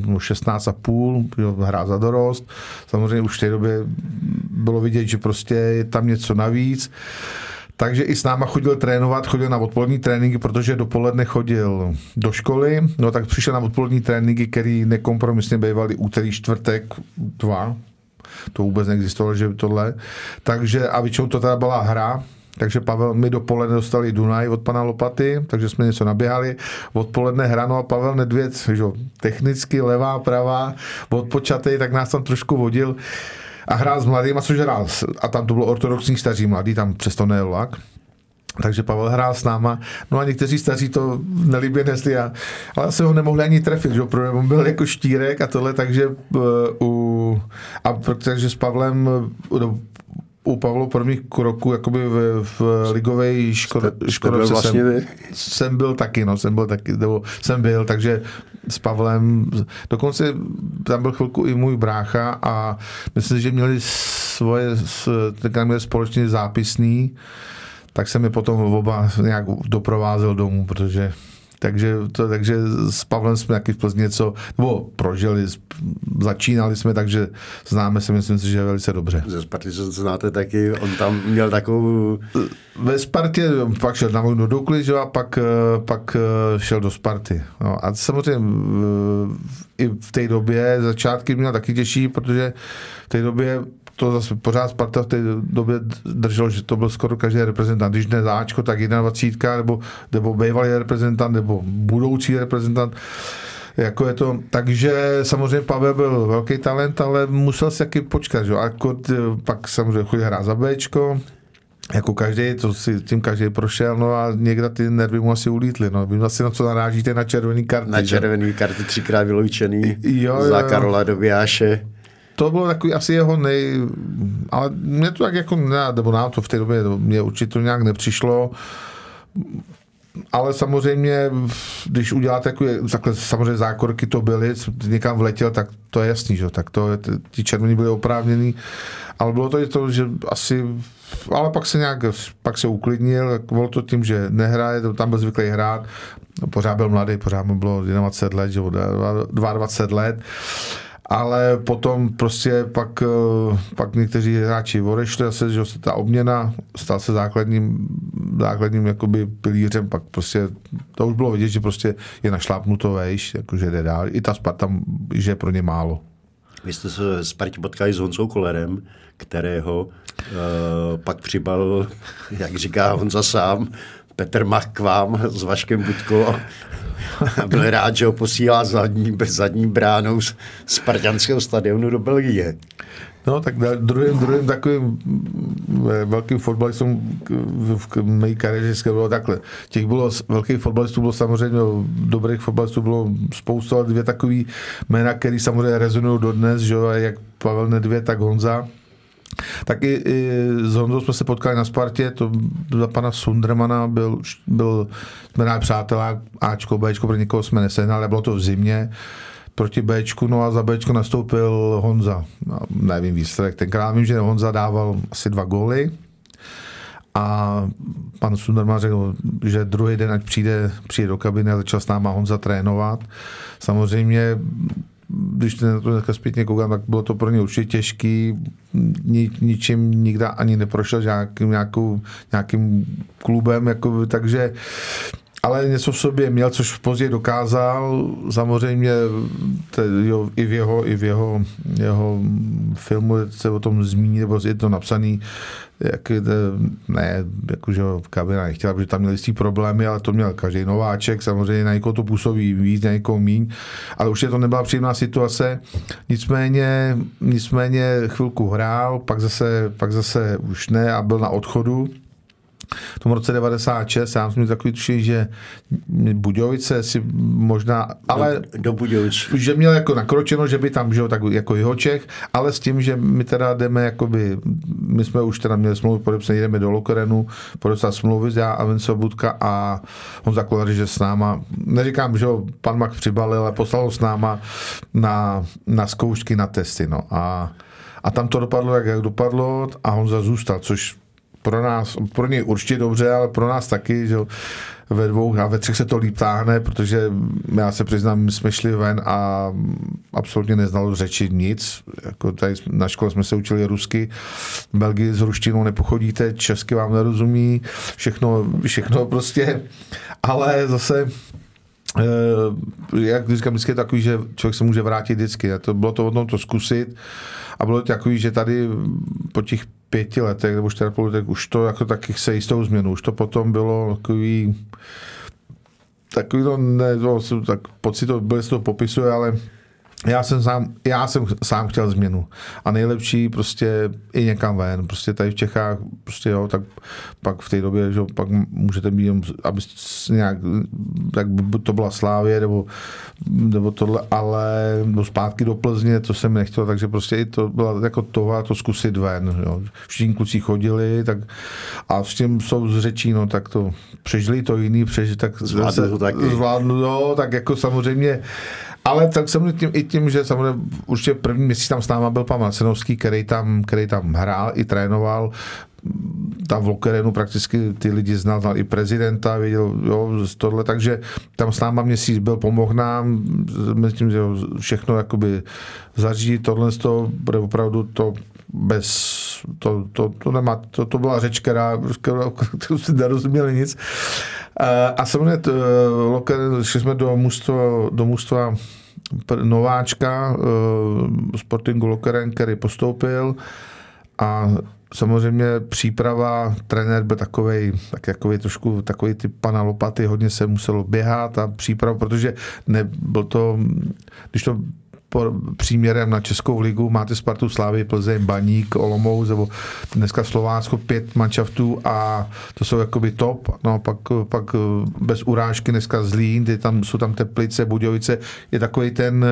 16,5, hrál za dorost. Samozřejmě už v té době bylo vidět, že prostě je tam něco navíc. Takže i s náma chodil trénovat, chodil na odpolední tréninky, protože dopoledne chodil do školy, no tak přišel na odpolední tréninky, který nekompromisně bývaly úterý, čtvrtek, 2. To vůbec neexistovalo, že tohle. Takže a většinou to teda byla hra. Takže Pavel, my dopoledne dostali Dunaj od pana Lopaty, takže jsme něco naběhali. Odpoledne hrano a Pavel Nedvěd, že, technicky levá, pravá, odpočatej, tak nás tam trošku vodil a hrál s mladýma, což hrál. A tam to bylo ortodoxní staří mladý, tam přesto nejel vlak. Takže Pavel hrál s náma, no a někteří staří to nelíbě nesli, ale se ho nemohli ani trefit, že? Protože on byl jako štírek a tohle, takže takže s Pavlem u Pavlo prvních kroků jakoby v ligové škole vlastně jsem byl, takže s Pavlem, dokonce tam byl chvilku i můj brácha a myslím, že měli měli společně zápisný, tak jsem je potom oba nějak doprovázel domů, takže s Pavlem jsme taky v Plzni něco, nebo prožili, začínali jsme, takže známe se, myslím si, že velice dobře. Ze Sparty se znáte taky, on tam měl takovou... Ve Spartě pak šel na do Dukly, a pak šel do Sparty. No, a samozřejmě i v té době začátky měl taky těžší, protože v té době to zase pořád Sparta v té době držel, že to byl skoro každý reprezentant. Když ne záčko, tak 21, nebo bývalý reprezentant, nebo budoucí reprezentant. Jako je to, takže samozřejmě Pavel byl velký talent, ale musel si taky počkat. Že? A pak samozřejmě chodil hrát za Bčko, jako každý, to si tím každý prošel, no a někde ty nervy mu asi ulítly. No. Vím asi, na co narážíte, na červený karty. Na červený karty 3krát vyloučený za Karola Dobijáše. To bylo takový asi jeho ale mě to tak jako, nebo nám to v té době, mě určitě to nějak nepřišlo, ale samozřejmě, když uděláte takhle samozřejmě zákorky to byly, někam vletěl, tak to je jasný, že? Tak to ti červení byli oprávněný, ale bylo to i to, že asi, ale pak se uklidnil, bylo to tím, že nehraje, tam byl zvyklý hrát, pořád byl mladý, pořád mu bylo 21 let, že? 22 let, ale potom prostě pak někteří hráči odešli, že se ta obměna stal se základním jakoby pilířem, pak prostě to už bylo vidět, že prostě je našlápnuto vejš, jakože jde dál. I ta Sparta, že je pro ně málo. Vy jste se Spartě potkali s Honzou Kollerem, kterého pak přibal, jak říká Honza sám, Petr Mach k vám s Vaškem Budkou a byl rád, že ho posílá zadní bránou z spartanského stadionu do Belgie. No tak druhým takovým velkým fotbalistům v mé kariéře bylo takhle. Těch bylo velkých fotbalistů, bylo samozřejmě dobrých fotbalistů, bylo spoustu, ale dvě takový jména, které samozřejmě rezonují dodnes, že jak Pavel Nedvěd, tak Honza. Tak i s Honzou jsme se potkali na Spartě, to za pana Sundermana byl jsme náš přátelé, Ačko, Bčko, pro někoho jsme nesehnali, bylo to v zimě proti Bčku, no a za Bčko nastoupil Honza. Nevím výsledek, tenkrát vím, že Honza dával asi 2 góly a pan Sunderman řekl, že druhý den, ať přijde do kabiny a začal s náma Honza trénovat. Samozřejmě když na to dneska zpětně koukám, tak bylo to pro ně určitě těžký, ničím nikdy ani neprošel nějakým klubem, jako, takže ale něco v sobě měl, což později dokázal. Samozřejmě i v jeho filmu se o tom zmíní, nebo je to napsaný, jakože kabina nechtěla, protože tam měl jistý problémy, ale to měl každý nováček, samozřejmě na někoho to působí víc, na někoho míň, ale už to nebyla příjemná situace, nicméně chvilku hrál, pak zase už ne a byl na odchodu. V tom roce 96, já jsem takový tušení, že Budějovice si možná, ale do Budějovic. Že měl jako nakročeno, že by tam žil tak jako Jihočech, ale s tím, že my teda jdeme jakoby, my jsme už teda měli smlouvu podepsanou, jdeme do Lokerenu, podepsat smlouvu já a Vince Budka a Honza Kolář, že s náma, neříkám, že ho pan Mak přibalil, ale poslal s náma na zkoušky, na testy, no a tam to dopadlo, jak dopadlo a Honza zůstal, což pro něj určitě dobře, ale pro nás taky, že ve 2 a ve 3 se to líp táhne, protože já se přiznám, my jsme šli ven a absolutně neznalo řeči nic. Jako tady na škole jsme se učili rusky, v Belgii s ruštinou nepochodíte, česky vám nerozumí, všechno prostě, ale zase jak říkám, vždycky je takový, že člověk se může vrátit vždycky. Bylo to o tom to zkusit a bylo to takový, že tady po těch 5 letech nebo 4,5 letech už to jako taky se jistou změnu. Už to potom bylo takový tak pocit, to to popisuje, ale já jsem sám chtěl změnu. A nejlepší prostě i někam ven. Prostě tady v Čechách, prostě jo, tak pak v té době, že pak můžete být, aby nějak, tak to byla Slávě, nebo tohle, ale zpátky do Plzně, to jsem nechtěl, takže prostě i to bylo jako tohle, to zkusit ven, jo. Všichni kluci chodili, tak a s tím jsou z řečí, no, tak to přežili to jiný, tak zvládnu, no, tak jako samozřejmě. Ale tak jsem tím, že samozřejmě určitě první měsíc tam s náma byl pan Macenovský, který tam hrál i trénoval. Tam v Lokerenu prakticky ty lidi znal i prezidenta, viděl tohle, takže tam s náma měsíc byl, pomohl nám, myslím, že všechno jakoby zařídit, tohle bude opravdu to bez, to byla řeč, kterou si nerozuměli nic. A samozřejmě šli jsme do mužstva nováčka Sportingu Lokeren, který postoupil a samozřejmě příprava, trenér byl takový trošku takový typ pana Lopaty, hodně se muselo běhat a příprava, protože nebyl to, když to příměrem na Českou ligu máte Spartu, Slávy, Plzeň, Baník, Olomouc, nebo dneska Slovácko 5 manšaftů a to jsou jakoby top, no pak bez urážky dneska Zlín, jsou tam Teplice, Budějovice, je takový ten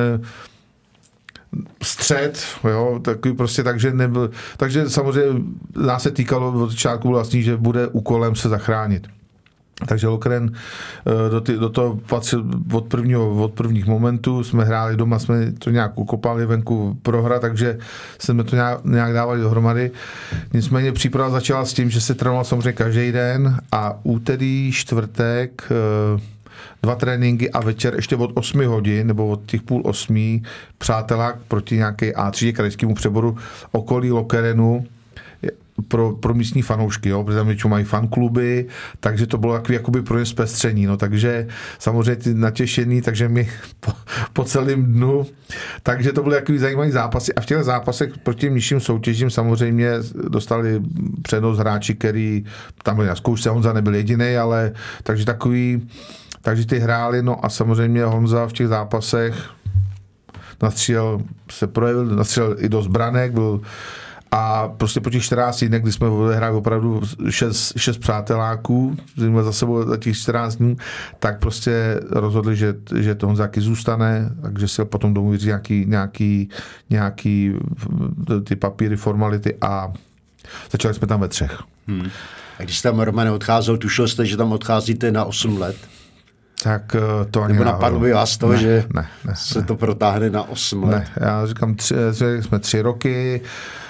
střed, jo, takový prostě, takže samozřejmě nás se týkalo od začátku vlastně, že bude úkolem se zachránit. Takže Lokeren do toho patřil od prvních momentů, jsme hráli doma, jsme to nějak ukopali venku prohra, takže jsme to nějak dávali dohromady. Nicméně příprava začala s tím, že se trénoval samozřejmě každý den a úterý, čtvrtek, 2 tréninky a večer ještě od 8 hodin nebo od těch 7:30 přátelák proti nějaké A3 krajskému přeboru okolí Lokerenu pro místní fanoušky, jo, protože tam většinou mají fankluby, takže to bylo takový jakoby pro ně zpestření, no, takže samozřejmě ty natěšený, takže my po celém dnu, takže to byly takový zajímavý zápasy a v těch zápasech proti nižším soutěžím samozřejmě dostali přednost hráči, který tam byli na zkoušce, Honza nebyl jediný, ale takže ty hráli, no a samozřejmě Honza v těch zápasech nastřelil i do zbranek, A prostě po těch 14 dnech, kdy jsme odehráli opravdu 6 přáteláků, za sebou za těch 14 dnů, tak prostě rozhodli, že to Honzáky zůstane, takže si potom domů vyřídí nějaký ty papíry, formality a začali jsme tam ve 3. A když jste tam, Romane, odcházel, tušil jste, že tam odcházíte na 8 let? Tak to ani nebo napadlo by vás to, že se to protáhne na 8 let? Ne, já říkám, jsme 3 roky,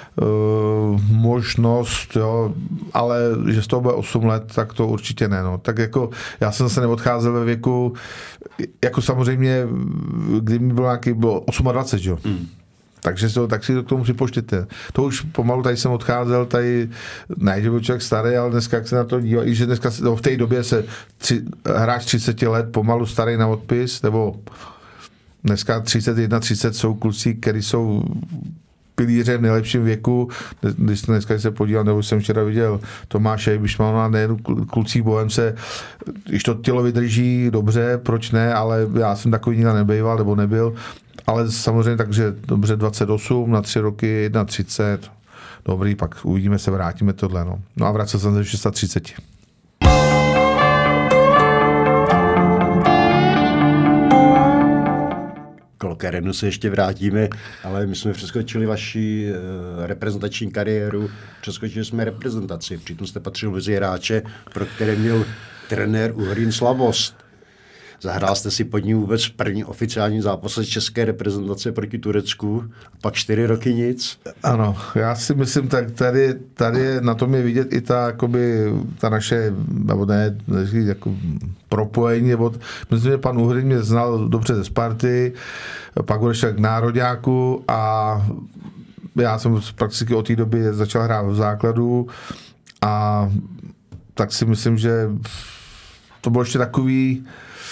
možnost, jo, ale že z toho bude 8 let, tak to určitě ne. No. Tak jako já jsem zase neodcházel ve věku, jako samozřejmě, kdy mi bylo 28, jo. Takže tak si to k tomu připočtěte. To už pomalu tady jsem odcházel, tady ne, že byl člověk starý, ale dneska, jak se na to dívá, i že dneska v té době se hráč 30 let pomalu starý na odpis, nebo dneska 30 jsou kluci, kteří jsou pilíře v nejlepším věku. Když se podíval, nebo jsem včera viděl Tomáše Ibišmana, nejen kluci Bohemce, když to tělo vydrží dobře, proč ne, ale já jsem takový nikdy nebejval, nebo nebyl. Ale samozřejmě takže dobře 28 na 3 roky, 31. Dobrý, pak uvidíme, se vrátíme tohle. No a vracel jsem se v 630. K Lokerenu se ještě vrátíme, ale my jsme přeskočili vaši reprezentační kariéru, přeskočili jsme reprezentaci, přitom jste patřil mezi hráče, pro které měl trenér Uhrín slavost. Zahrál jste si pod ním vůbec první oficiální zápase české reprezentace proti Turecku, pak 4 roky nic? Ano, já si myslím, tak tady na tom je vidět i ta naše, nebo ne, jako propojení, nebo myslím, že pan Uhrín mě znal dobře ze Sparty, pak odešel k nároďáku a já jsem prakticky od té doby začal hrát v základu a tak si myslím, že to bylo ještě takový,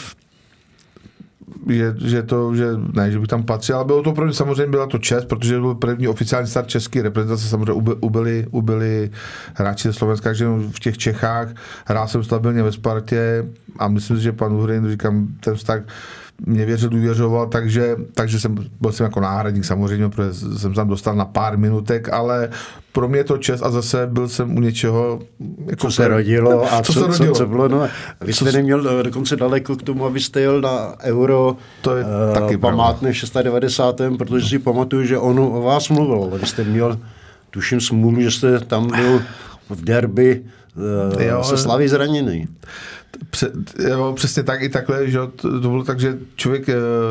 že bych tam patřil, ale bylo to pro mě samozřejmě byla to čest, protože byl první oficiální start české reprezentace, samozřejmě ubyli hráči ze Slovenska, že v těch Čechách hrál jsem stabilně ve Spartě a myslím si, že pan Uhrín, říkám, ten vztah mě důvěřoval, takže byl jsem jako náhradník samozřejmě, protože jsem tam dostal na pár minutek, ale pro mě je to čest a zase byl jsem u něčeho... Jako co se rodilo a co bylo. No, vy jste neměl dokonce daleko k tomu, abyste jel na Euro, to je taky památné v 96. protože si pamatuju, že on o vás mluvil. Vy jste měl, tuším, smůlu, že jste tam byl v derby se Slaví zraněný. Přesně tak i takhle, že to bylo tak, že člověk,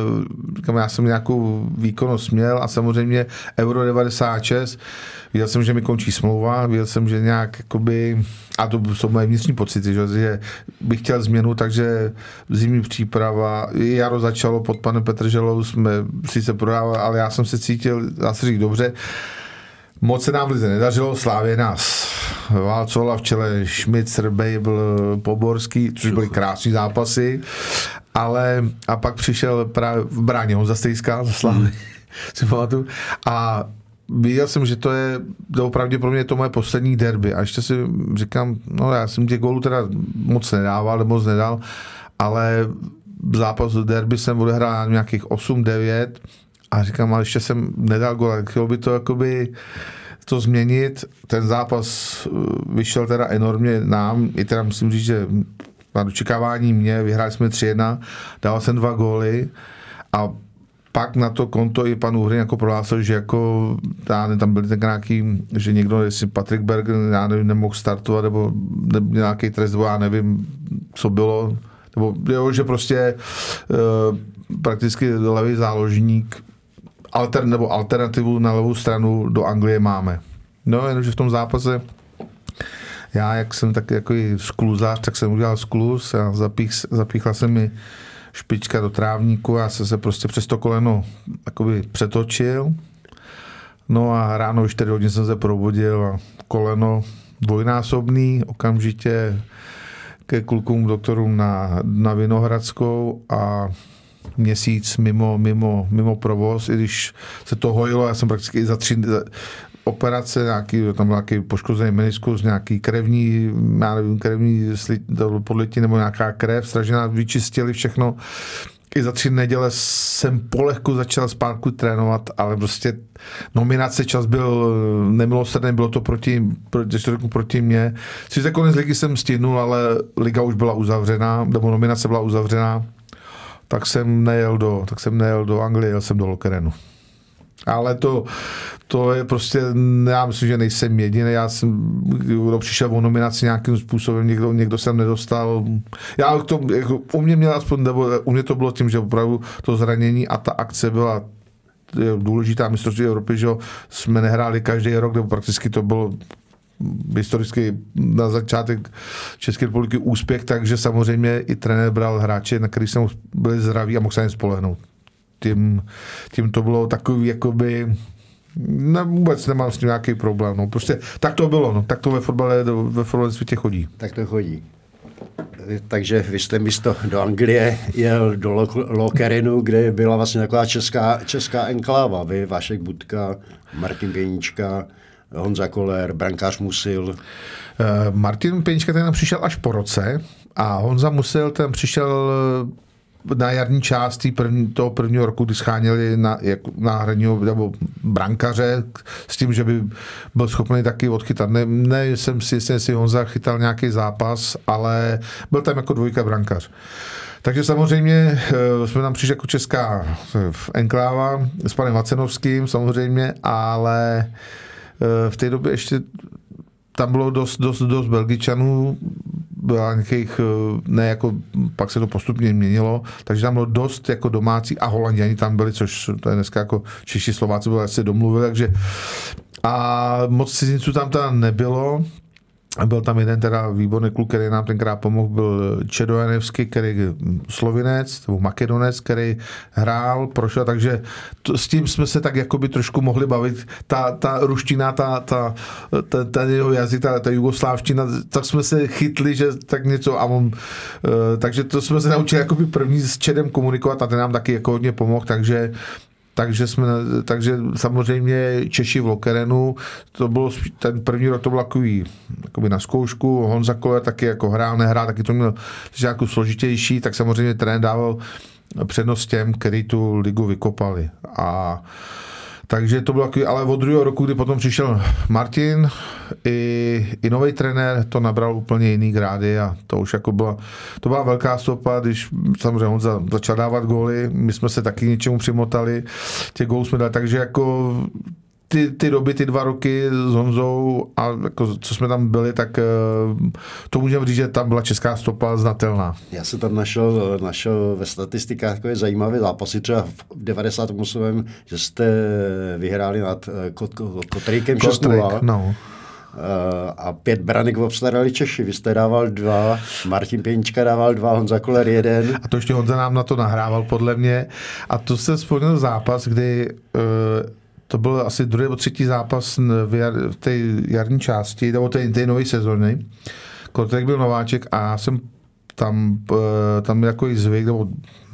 já jsem nějakou výkonnost měl a samozřejmě Euro 96, viděl jsem, že mi končí smlouva, viděl jsem, že nějak jakoby, a to jsou moje vnitřní pocity, že bych chtěl změnu, takže zimní příprava, jaro začalo pod panem Petrželou, jsme sice prodávali, ale já jsem se cítil, dá se říct dobře, moc se nám lize nedařilo, Slávě nás válcovala v čele Šmicr, Bejbl, Poborský, což byly krásný zápasy, ale a pak přišel právě v bráně Honza Stejská za Slávy, si pamatuju, a viděl jsem, že to je pravděpodobně to moje poslední derby a ještě si říkám, no já jsem těch gólů teda moc nedal, ale zápas derby jsem odehrál nějakých 8-9 a říkám, ale ještě jsem nedal gól, chtěl by to jakoby to změnit. Ten zápas vyšel teda enormně nám, i teda musím říct, že na očekávání mě, vyhráli jsme 3-1, dal jsem 2 góly a pak na to konto i pan Uhrín jako prohlásil, že jako tam byli tak nějaký, že někdo, jestli Patrik Berger, já nevím, nemohl startovat, nebo nějaký trest, nebo já nevím, co bylo, nebo jo, že prostě prakticky levý záložník nebo alternativu na levou stranu do Anglie máme. No, jenomže v tom zápase já, jak jsem taky jako skluzář, tak jsem udělal skluz a zapíchla se mi špička do trávníku a se prostě přes to koleno jakoby přetočil. No a ráno už 4 hodin jsem se probudil a koleno dvojnásobný, okamžitě ke klukům doktorům na Vinohradskou a měsíc mimo provoz, i když se to hojilo, já jsem prakticky za 3 operace, tam byl nějaký poškozený meniskus, nějaký krevní podletí nebo nějaká krev, stražená, vyčistili všechno i za 3 neděle jsem polehku začal zpátky trénovat, ale prostě nominace čas byl nemilosrdný, bylo to proti mně. Sice konec ligy jsem stihnul, ale liga už byla uzavřená, nebo nominace byla uzavřená, tak jsem nejel do Anglie, jel jsem do Lokerenu. Ale to je prostě, já myslím, že nejsem jediný, kdo přišel o nominaci nějakým způsobem, někdo jsem nedostal. U mě měl aspoň, nebo u mě to bylo tím, že opravdu to zranění a ta akce byla důležitá, mistrovství Evropy, že jsme nehráli každý rok, nebo prakticky to bylo historicky na začátek České republiky úspěch, takže samozřejmě i trenér bral hráče, na který jsme byli zdraví a mohl se jen spolehnout. Tím to bylo takový, jakoby, vůbec nemám s tím nějaký problém. No. Prostě tak to bylo, no. Tak to ve fotbale světě chodí. Tak to chodí. Takže vy jste místo do Anglie jel do Lokerenu, kde byla vlastně taková česká enkláva. Vy, Vašek Budka, Martin Pěnička, Honza Koller, brankář Musil. Martin Pěnička ten přišel až po roce a Honza Musil ten přišel na jarní část toho prvního roku, kdy scháněli na hraního nebo brankaře s tím, že by byl schopný taky odchytat. Nejsem si jistý, jestli Honza chytal nějaký zápas, ale byl tam jako dvojka brankař. Takže samozřejmě jsme tam přišli jako česká enkláva s panem Vacenovským samozřejmě, ale v té době ještě tam bylo dost Belgičanů, byla nějakých, ne jako, pak se to postupně měnilo, takže tam bylo dost jako domácí a Holanděni tam byli, což to je dneska jako Češi, Slováci byli, se domluvili, takže a moc cizinců tam nebylo. Byl tam jeden teda výborný kluk, který nám tenkrát pomohl, byl Čedojanevský, který Slovinec, nebo Makedonec, který hrál, prošel, takže s tím jsme se tak jakoby trošku mohli bavit. Ta ruština, ten jeho jazyk, ta jugoslávština, tak jsme se chytli, že tak něco a on, takže to jsme se naučili jakoby první s Čedem komunikovat a ten nám taky jako hodně pomohl, takže samozřejmě Češi v Lokerenu, to bylo ten první rok, to bylo takový na zkoušku, Honza Koller taky jako nehrál, taky to měl jako složitější, tak samozřejmě trenér dával přednost těm, který tu ligu vykopali. Takže to bylo takový, ale od druhého roku, kdy potom přišel Martin, i nový trenér, to nabral úplně jiný grády a to už jako to byla velká stopa, když samozřejmě Honza začal dávat góly, my jsme se taky něčemu přimotali, těch gólů jsme dali, takže jako ty doby, ty 2 roky s Honzou a jako, co jsme tam byli, tak to můžeme říct, že tam byla česká stopa znatelná. Já jsem tam našel ve statistikách takové zajímavé zápasy, třeba v 98. že jste vyhráli nad Kotrejkem 6-0. No. A 5 branek obstarali Češi. Vy jste dával 2, Martin Pěnička dával 2, Honza Koller 1. A to ještě Honza nám na to nahrával, podle mě. A to se vzpomněl zápas, kdy to byl asi 2. nebo 3. zápas v té jarní části, nebo té nové sezóny. Kotrek byl nováček a já jsem tam jako i zvyk, nebo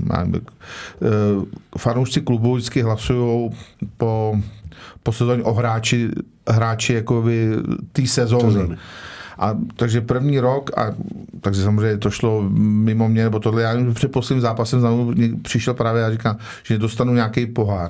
fanoušci klubu vždycky hlasujou po sezóně o hráči jakoby té sezóny. A takže první rok, takže samozřejmě to šlo mimo mě, nebo tohle, já před posledním zápasem přišel právě a říkám, že dostanu nějaký pohár.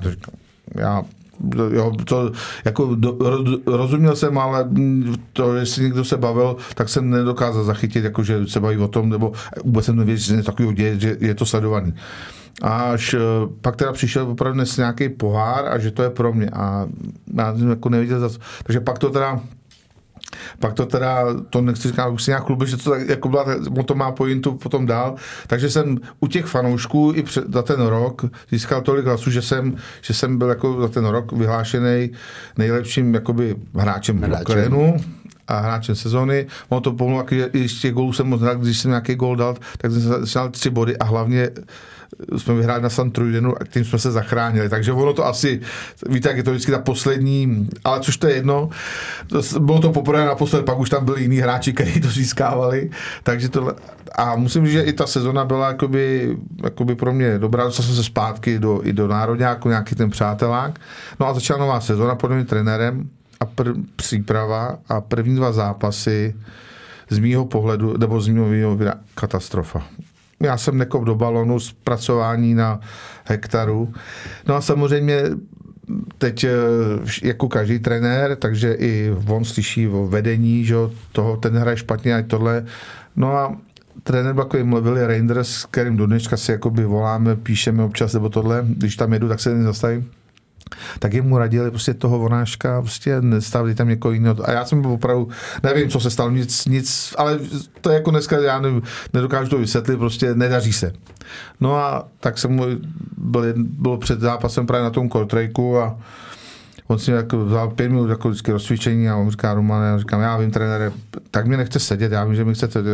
Rozuměl jsem, ale to, jestli někdo se bavil, tak jsem nedokázal zachytit, jako, že se baví o tom, nebo vůbec jsem nevěděl, že takového děje, že je to sledovaný. Až pak teda přišel opravdu dnes nějaký pohár a že to je pro mě. A já jsem jako neviděl zase. Takže pak to teda, to nechci říkat, už si nějak kluby, že to tak, jako byla, to má pointu potom dál. Takže jsem u těch fanoušků i za ten rok získal tolik hlasů, že jsem byl jako za ten rok vyhlášený nejlepším jakoby hráčem Lokerenu a hráčem sezóny. Ono to pomohlo, že z těch gólů jsem moc rád, když jsem nějaký gól dal, tak jsem dal 3 body a hlavně jsme vyhráli na San Truidenu a tím jsme se zachránili. Takže ono to asi, víte, jak je to vždycky ta poslední, ale což to je jedno, bylo to poprvé naposled, pak už tam byli jiní hráči, kteří to získávali. Takže tohle, a musím říct, že i ta sezona byla jakoby pro mě dobrá, dostal jsem se zpátky i do národňáku, nějaký ten přátelák. No a začala nová sezona pod novým trenérem a příprava a první 2 zápasy z mýho pohledu, nebo z mýho katastrofa. já jsem nekop do balonu, zpracování na hektaru. No a samozřejmě teď jako každý trenér, takže i on slyší o vedení, že toho, ten hraje špatně a tohle. No a trenér byl takový Willie Reinders, s kterým do dneška si jakoby voláme, píšeme občas nebo tohle, když tam jedu, tak se nezastavím. Tak jim mu radili prostě toho Vonáška, prostě nestavili tam někoho jiného. A já jsem opravdu, nevím, co se stalo, nic, ale to je jako dneska, já nedokážu to vysvětlit, prostě nedaří se. No a tak jsem bylo před zápasem právě na tom kortrejku a on si jako vzal 5 minut jako vždycky rozcvičení a on říká Roman, já říkám, já vím, trenére, tak mě nechce sedět, já vím, že mi chcete,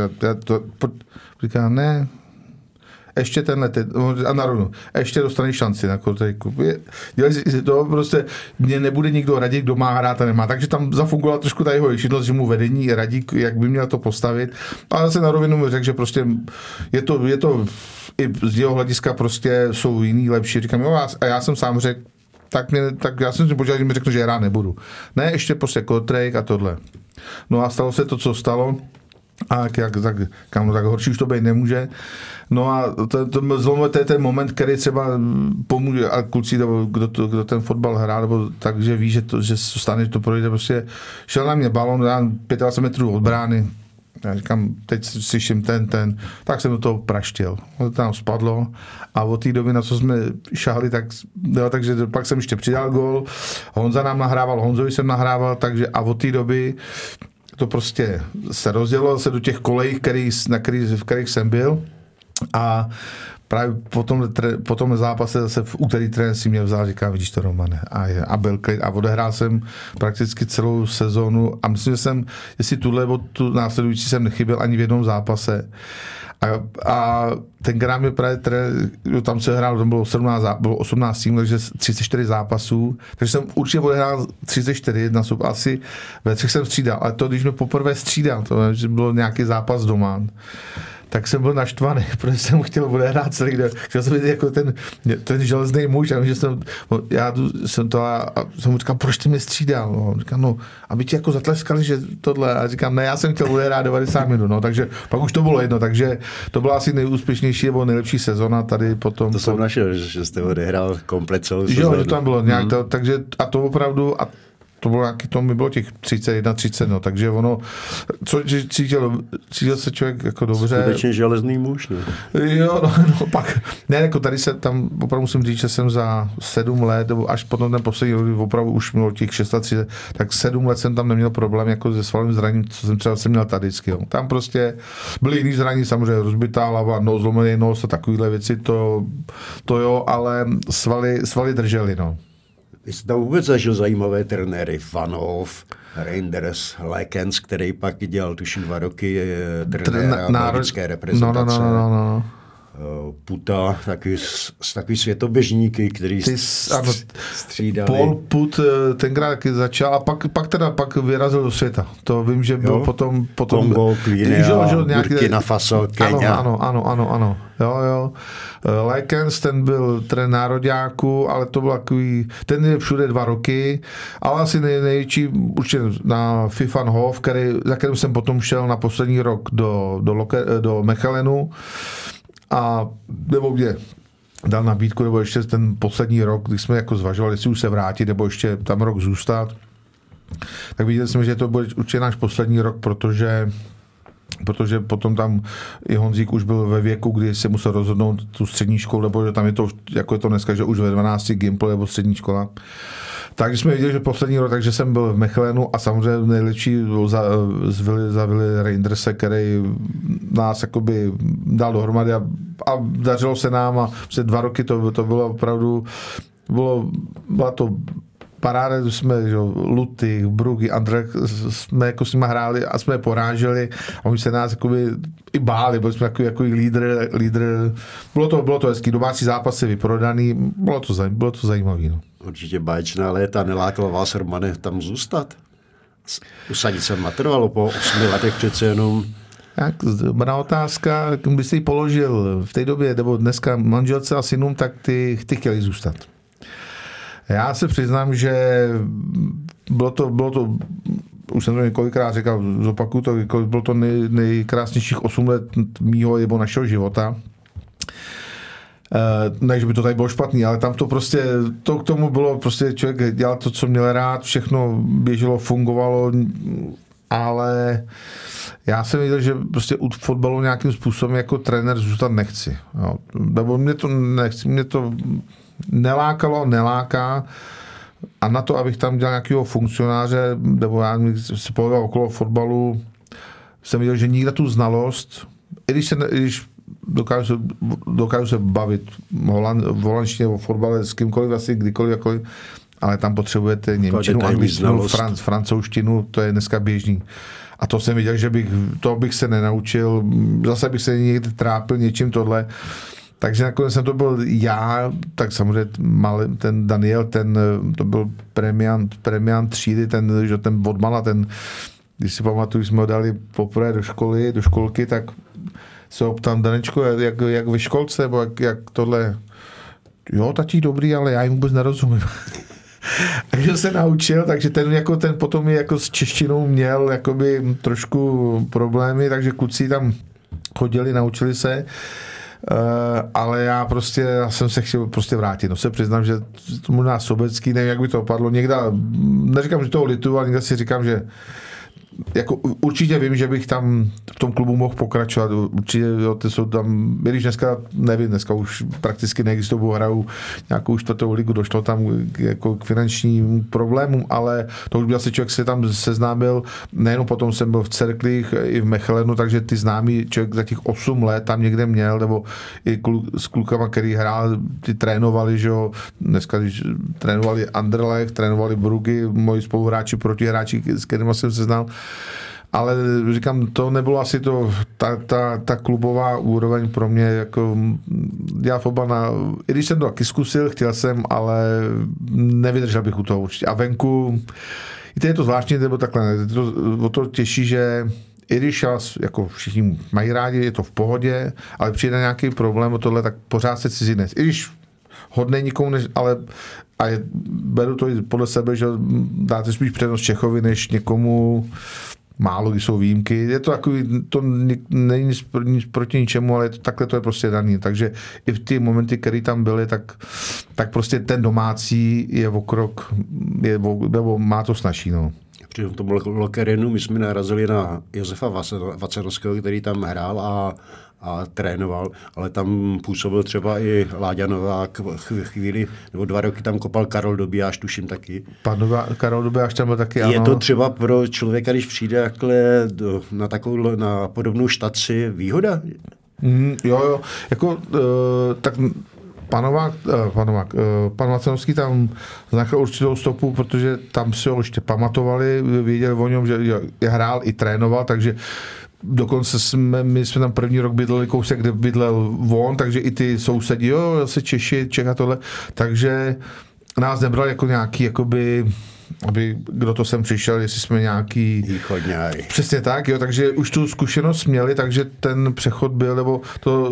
říká, ne, ještě tenhle, a narovno, ještě dostaneš šanci na kortrejku. Dělej si to, prostě mě nebude nikdo radit, kdo má hrát a nemá. Takže tam zafungovala trošku ta jeho ješitnost, že mu vedení radí, jak by měl to postavit. Ale zase na rovinu mu řekl, že prostě je to i z jeho hlediska prostě jsou jiný lepší. Říkám, jo, a já jsem sám řekl, tak já jsem si požádal, že mi řeknu, že hrát nebudu. Ne, ještě prostě kortrejk a tohle. No a stalo se to, co stalo. A tak horší už to být nemůže. No a to je ten moment, který třeba pomůže a kluci, kdo ten fotbal hrá, nebo tak, že ví, že stane, že to projde, prostě šel na mě balon, 25 metrů od brány. Já říkám, teď slyším ten, tak jsem do toho praštěl. To tam spadlo a od té doby, na co jsme šahli, takže pak jsem ještě přidal gól. Honza nám nahrával, Honzovi jsem nahrával, takže a od té doby to prostě se rozdělilo se do těch kolejí, v kterých jsem byl a právě po tom zápase zase v úterý trenér si mě vzal, říká, vidíš to, Romane, a byl klid a odehrál jsem prakticky celou sezónu a myslím, že jsem, jestli tu následující jsem nechyběl ani v jednom zápase. A tenkrát mi právě tam se hrál, tam bylo 18 týmů, takže 34 zápasů, takže jsem určitě odehrál 34, asi ve 3 jsem střídal, ale to, když mě poprvé střídal, to bylo nějaký zápas doma, tak jsem byl naštvaný, protože jsem chtěl odehrát celý den. Chtěl jsem být jako ten železný muž, já jsem to a jsem mu říkal, proč ty mě střídal? No, říkám, no, aby ti jako zatleskali, že tohle. A říkám, ne, já jsem chtěl odehrát 90 minut, no, takže pak už to bylo jedno, takže to byla asi nejúspěšnější nebo nejlepší sezona tady potom. To jsem našel, že jste odehrál komplet celou sezonu. Jo, že tam bylo nějak to, takže a to opravdu, a to bylo nějaký, to mi bylo těch 30, no, takže ono, cítil se člověk jako dobře. Skutečně železný muž, ne? Jo, no, pak, ne, jako tady se tam, opravdu musím říct, že jsem za 7 let, nebo až potom ten poslední rok, opravdu už měl těch 36, tak 7 let jsem tam neměl problém jako se svalovým zraněním, co jsem třeba měl tady vždycky, jo. Tam prostě byly jiný zranění, samozřejmě rozbitá hlava, zlomený nos a takovýhle věci, to jo, ale svaly držely, no. Vy jste tam vůbec zažil zajímavé trenéry, Vanhoff, Reinders, Lekens, který pak dělal tuším 2 roky trenéra belgické reprezentace. No. Puta, takový světoběžníky, který střídali. Paul Put tenkrát začal a pak vyrazil do světa. To vím, že byl potom Kongo, Guinea, Burkina Faso, Kenya. Ano. Jo. Lekens, ten byl trenér nároďáku, ale to byl takový, ten je všude 2 roky, ale asi největší určitě na Vanhoff, za kterým jsem potom šel na poslední rok do Mechelenu. A nebo mě dal nabídku, nebo ještě ten poslední rok, když jsme jako zvažovali, jestli už se vrátit, nebo ještě tam rok zůstat, tak viděli jsme, že to bude určitě náš poslední rok, protože potom tam i Honzík už byl ve věku, kdy se musel rozhodnout tu střední školu, nebo že tam je to, jako je to dneska, že už ve 12 Gimpl nebo střední škola. Takže jsme viděli, že poslední rok, takže jsem byl v Mechelenu a samozřejmě nejlepší za Willy Reinderse, který nás jakoby dal dohromady a dařilo se nám a před 2 roky to bylo opravdu, byla to paráda, jsme Luty, Bruggy, Andrech, jsme jako s nimi hráli a jsme je poráželi a oni se nás jakoby i báli, byli jsme jako lídr. Bylo to hezký, domácí zápasy vyprodaný, bylo to zajímavé. No. Určitě báječná léta, nelákala vás, Romane, tam zůstat? Usadit se matrvalo po 8 letech přece jenom. Tak, dobrá otázka, kdyby si ji položil v té době, nebo dneska manželce a synům, tak ty chtěli zůstat. Já se přiznám, že bylo to už jsem to několikrát říkal, zopakuju to, bylo to nejkrásnějších 8 let mýho nebo našeho života. Ne, že by to tady bylo špatný, ale tam to prostě, to k tomu bylo prostě, člověk dělal to, co měl rád, všechno běželo, fungovalo, ale já jsem viděl, že prostě u fotbalu nějakým způsobem jako trenér zůstat nechci. Jo. Nebo mě to neláká a na to, abych tam dělal nějakého funkcionáře, nebo já se pohyboval okolo fotbalu, jsem viděl, že nikde tu znalost, i když dokážu se bavit v holandštině, o fotbale s kýmkoliv, asi kdykoliv, jakkoliv, ale tam potřebujete němčinu, angličtinu, francouzštinu, to je dneska běžný. A to jsem viděl, že bych se nenaučil, zase bych se někdy trápil něčím tohle. Takže nakonec jsem to byl já, tak samozřejmě ten Daniel, to byl premiant třídy, ten odmala, když si pamatuju, jsme ho dali poprvé do školky, tak se ho ptám, Danečko, jak ve školce, nebo jak tohle, jo, tatí dobrý, ale já jim vůbec nerozumím. Takže se naučil, takže ten potom jako s češtinou měl jakoby trošku problémy, takže kluci tam chodili, naučili se, ale já jsem se chtěl prostě vrátit. No se přiznám, že to možná sobecký, nevím, jak by to opadlo. Někde, neříkám, že toho lituju, ale někde si říkám, že jako určitě vím, že bych tam v tom klubu mohl pokračovat. Určitě, jo, ty jsou tam, když dneska už prakticky neexistují, hrajou nějakou 4. ligu, došlo tam jako k finančním problémům, ale to už by asi člověk se tam seznámil, nejenom potom jsem byl v Cerklích i v Mechelenu, takže ty známý člověk za těch 8 let tam někde měl, nebo i s klukama, který hrál, ty trénovali, že jo, dneska když trénovali Anderlecht, trénovali Bruggy, moji spoluhráči, protihráči, s kterými jsem se znal. Ale říkám, to nebylo asi ta klubová úroveň pro mě, jako dělat fotbal i když jsem to taky zkusil, chtěl jsem, ale nevydržel bych u toho určitě. A venku, i to je to zvláštní, nebo takhle, o to těší, že i když jako všichni mají rádi, je to v pohodě, ale přijde nějaký problém o tohle, tak pořád se cizinec. I když hodnej nikomu, ale beru to i podle sebe, že dáte spíš přednost Čechovi, než někomu, málo kdy jsou výjimky. Je to takový, to není nic proti ničemu, ale takhle to je prostě daný. Takže i v ty momenty, které tam byly, tak prostě ten domácí je o krok, nebo má to snažší, no. Při tom Lokerenu my jsme narazili na Josefa Vacerovského, který tam hrál a trénoval, ale tam působil třeba i Láďa Novák chvíli, nebo 2 roky tam kopal Karol Dobijáš, tuším taky. Karol Dobijáš tam byl taky, ano. Je to třeba pro člověka, když přijde takhle na podobnou štaci výhoda? Jo, jako tak pan Vacerovský tam znachal určitou stopu, protože tam si ho ještě pamatovali, věděli o něm, že hrál i trénoval, takže dokonce my jsme tam první rok bydleli kousek, kde bydlel on, takže i ty sousedí, jo, zase Češi, Čech a tohle, takže nás nebral jako nějaký, jakoby, aby kdo to sem přišel, jestli jsme nějaký východňári. Přesně tak, jo, takže už tu zkušenost měli, takže ten přechod byl, nebo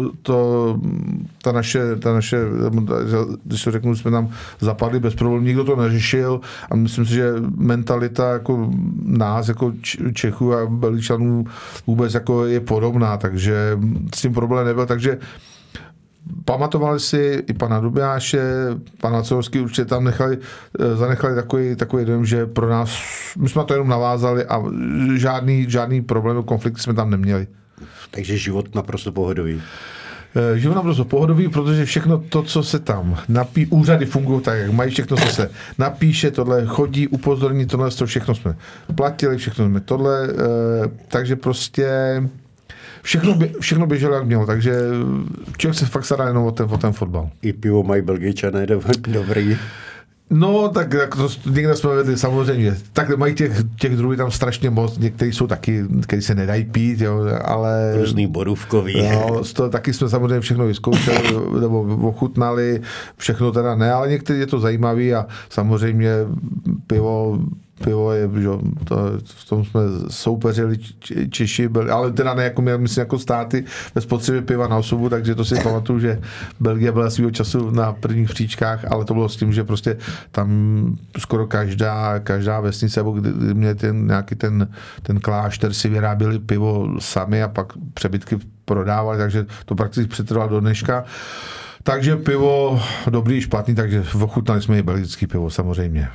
ta naše, když to řeknu, jsme tam zapadli bez problémů, nikdo to neřešil a myslím si, že mentalita jako nás, jako Čechů a Belgičanů vůbec jako je podobná, takže s tím problém nebyl, takže pamatovali si i pana Dubiáše, pana Vacerovský určitě tam zanechali takový dojem, že pro nás, my jsme to jenom navázali a žádný problém, konflikt jsme tam neměli. Takže život naprosto pohodový. Život naprosto pohodový, protože všechno to, co se tam úřady fungují tak, jak mají, všechno, co se napíše, tohle chodí, upozorní, tohle, to všechno jsme platili, všechno jsme tohle, takže prostě všechno běželo, jak mělo, takže člověk se fakt stará jenom o ten fotbal. I pivo mají Belgičané dobrý. No, tak to někde jsme vedli, samozřejmě. Tak mají těch druhů tam strašně moc, někteří jsou taky, který se nedají pít, jo, ale... Různý borůvkový. No, taky jsme samozřejmě všechno vyzkoušeli, nebo ochutnali, všechno teda ne, ale některý je to zajímavý a samozřejmě pivo je, že v tom jsme soupeřili Češi, ale teda ne jako myslím jako státy ve spotřebě piva na osobu, takže to si pamatuju, že Belgie byla svýho času na prvních příčkách, ale to bylo s tím, že prostě tam skoro každá vesnice, nebo kde měli nějaký ten klášter, si vyráběli pivo sami a pak přebytky prodávali, takže to prakticky přetrvalo do dneška. Takže pivo dobrý, špatný, takže ochutnali jsme i belgický pivo samozřejmě.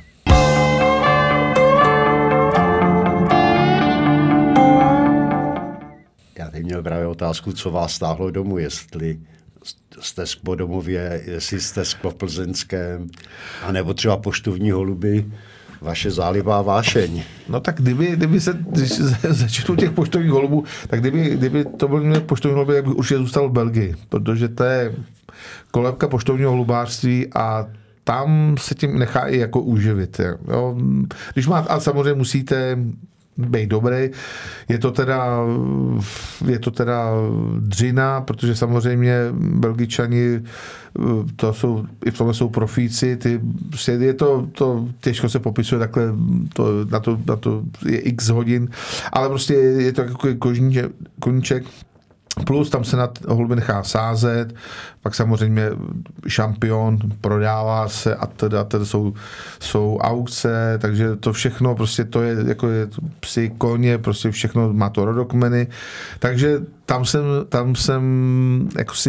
Já teď měl právě otázku, co vás stáhlo domů, jestli jste po domově, jestli jste po plzeňském, anebo třeba poštovní holuby, vaše zálibá vášeň. No tak kdyby se začnu těch poštovních holubů, tak kdyby to byl poštovní holuby, tak bych určitě zůstal v Belgii, protože to je kolébka poštovního holubářství a tam se tím nechá i jako uživit. Jo. Když máte, a samozřejmě musíte být dobrý. Je to teda dřina, protože samozřejmě Belgičani i v tomhle jsou profíci, je to těžko se popisuje takhle, na to je x hodin, ale prostě je to jako koníček. Plus tam se na holuby nechá sázet, pak samozřejmě šampion prodává se a teda jsou aukce, takže to všechno prostě to je jako psy, koně, prostě všechno má to rodokmeny, takže tam jsem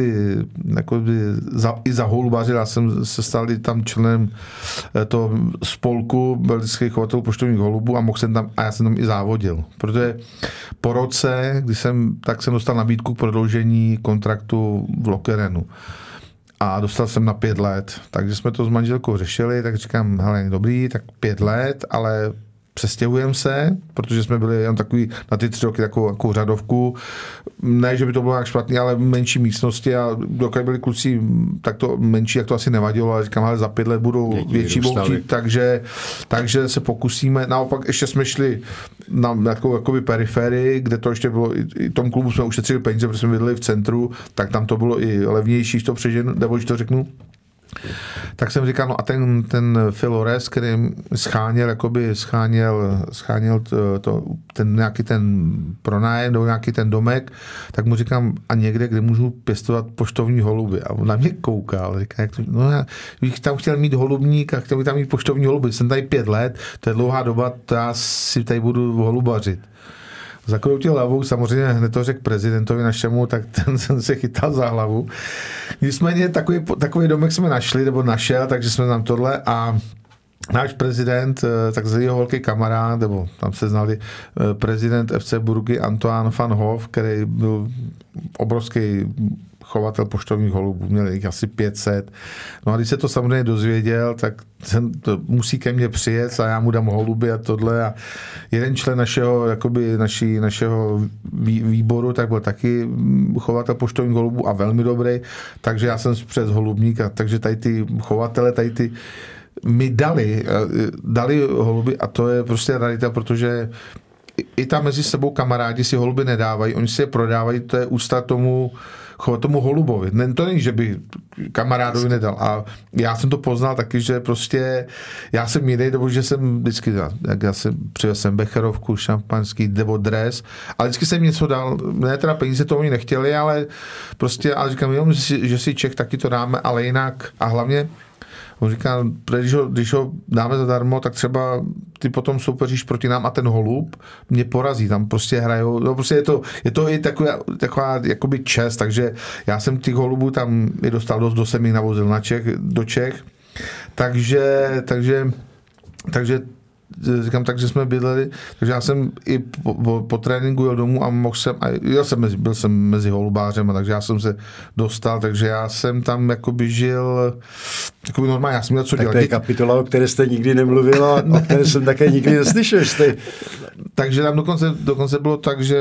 i za holubařil, já jsem se stal tam členem toho spolku belgických chovatelů poštovních holubů a já jsem tam i závodil, protože po roce, jsem dostal nabídku k prodloužení kontraktu v Lokerenu. A dostal jsem na 5 let, takže jsme to s manželkou řešili, tak říkám, hele, dobrý, tak 5 let, ale přestěhujeme se, protože jsme byli jen takový na ty 3 roky takovou řadovku. Ne, že by to bylo jak špatný, ale menší místnosti a dokud byli kluci tak to menší, jak to asi nevadilo, ale říkám, hele, za 5 let budou větší boutí, takže se pokusíme. Naopak ještě jsme šli na takovou periferii, kde to ještě bylo, i tom klubu jsme ušetřili peníze, protože jsme bydleli v centru, tak tam to bylo i levnější, to přeženu, nebo když to řeknu. Tak jsem říkal, no a ten Filores, který scháněl ten nějaký ten pronájem nebo nějaký ten domek, tak mu říkám, a někde, kde můžu pěstovat poštovní holuby. A on na mě koukal, říká, jak to, no já bych tam chtěl mít holubník a chtěl bych tam mít poštovní holuby. Jsem tady 5 let, to je dlouhá doba, to já si tady budu holubařit. Zakroutil hlavou, samozřejmě hned to řekl prezidentovi našemu, tak ten jsem se chytal za hlavu. Nicméně takový domek jsme našel, takže jsme tam tohle a náš prezident, tak z jeho velký kamarád, nebo tam se znali prezident FC Bruggy Antoine van Hof, který byl obrovský chovatel poštovních holubů, měl jich asi 500. No a když se to samozřejmě dozvěděl, tak to musí ke mně přijet a já mu dám holuby a tohle. A jeden člen našeho výboru tak byl taky chovatel poštovních holubů a velmi dobrý, takže já jsem přes holubníka, takže tady ty chovatele, mi dali holuby a to je prostě rarita, protože i tam mezi sebou kamarádi si holuby nedávají, oni si je prodávají, to je úcta tomu holubovi. To není, že by kamarádovi nedal. A já jsem to poznal taky, že prostě já jsem jiný, nebo že jsem vždycky, já jsem přivez becherovku, šampaňský nebo dres, ale vždycky jsem něco dal, ne teda peníze to oni nechtěli, ale prostě, a říkám, jo, že si Čech taky to dáme, ale jinak a hlavně on říká, když ho dáme zadarmo, tak třeba ty potom soupeříš proti nám a ten holub mě porazí, tam prostě hrajou, no prostě je to i taková jakoby čest, takže já jsem těch holubů tam i dostal do jsem jich navozil do Čech, takže říkám, takže jsme bydleli, takže já jsem i po tréninku jel domů a byl jsem mezi holubářem, takže já jsem se dostal, takže já jsem tam jakoby žil jakoby normálně, já jsem měl co dělat. Tak to je kapitola, o které jste nikdy nemluvila, o které jsem také nikdy neslyšel. Takže tam dokonce bylo tak, že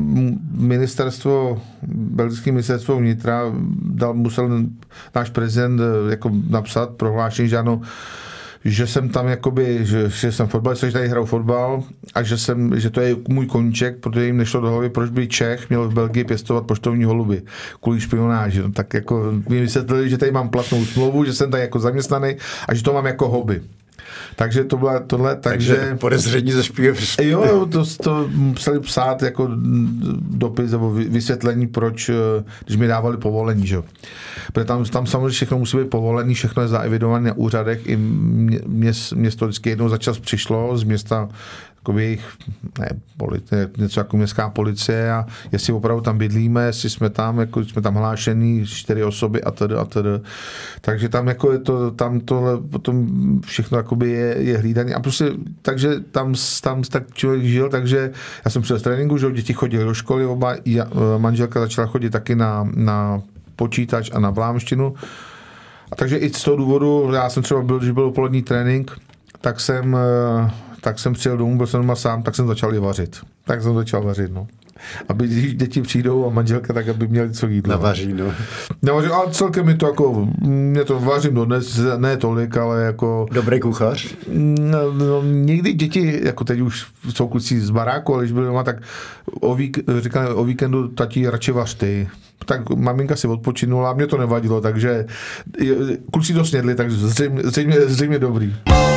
belgické ministerstvo vnitra musel náš prezident jako napsat prohlášení, že jsem tam jakoby, že jsem fotbalista, že tady hraju fotbal a že to je můj koníček, protože jim nešlo do hlavy, proč by Čech měl v Belgii pěstovat poštovní holuby kvůli špionáži. No, tak jako mi vysvětlili, že tady mám platnou smlouvu, že jsem tady jako zaměstnaný a že to mám jako hobby. Takže to byla tohle, takže podezření ze špionáže. Jo, to museli psát jako dopis nebo vysvětlení, proč, když mi dávali povolení, že jo. Protože tam samozřejmě všechno musí být povolený, všechno je zaevidované na úřadech, i město vždycky jednou za čas přišlo z města jejich, něco jako městská policie a jestli opravdu tam bydlíme, jestli jsme tam hlášení 4 osoby a tedy. Takže tam jako je to, tam tohle potom všechno jakoby je hlídaný a prostě, takže tam tak člověk žil, takže já jsem přes tréninku, že děti chodili do školy, oba, manželka začala chodit taky na počítač a na vlámštinu. A takže i z toho důvodu, já jsem třeba byl, když byl dopolední trénink, tak jsem přijel domů, byl jsem doma sám, tak jsem začal vařit. No. Aby když děti přijdou a manželka, tak aby měli co jídlo. Navaří, no. Navaří, ale celkem mi to jako, mě to vařím dodnes, ne tolik, ale jako... Dobrý kuchař? No, někdy děti, jako teď už jsou kluci z baráku, ale když byli doma, tak říkali o víkendu tati radši vař ty. Tak maminka si odpočinula a mě to nevadilo, takže kluci to snědli, takže zřejmě dobrý.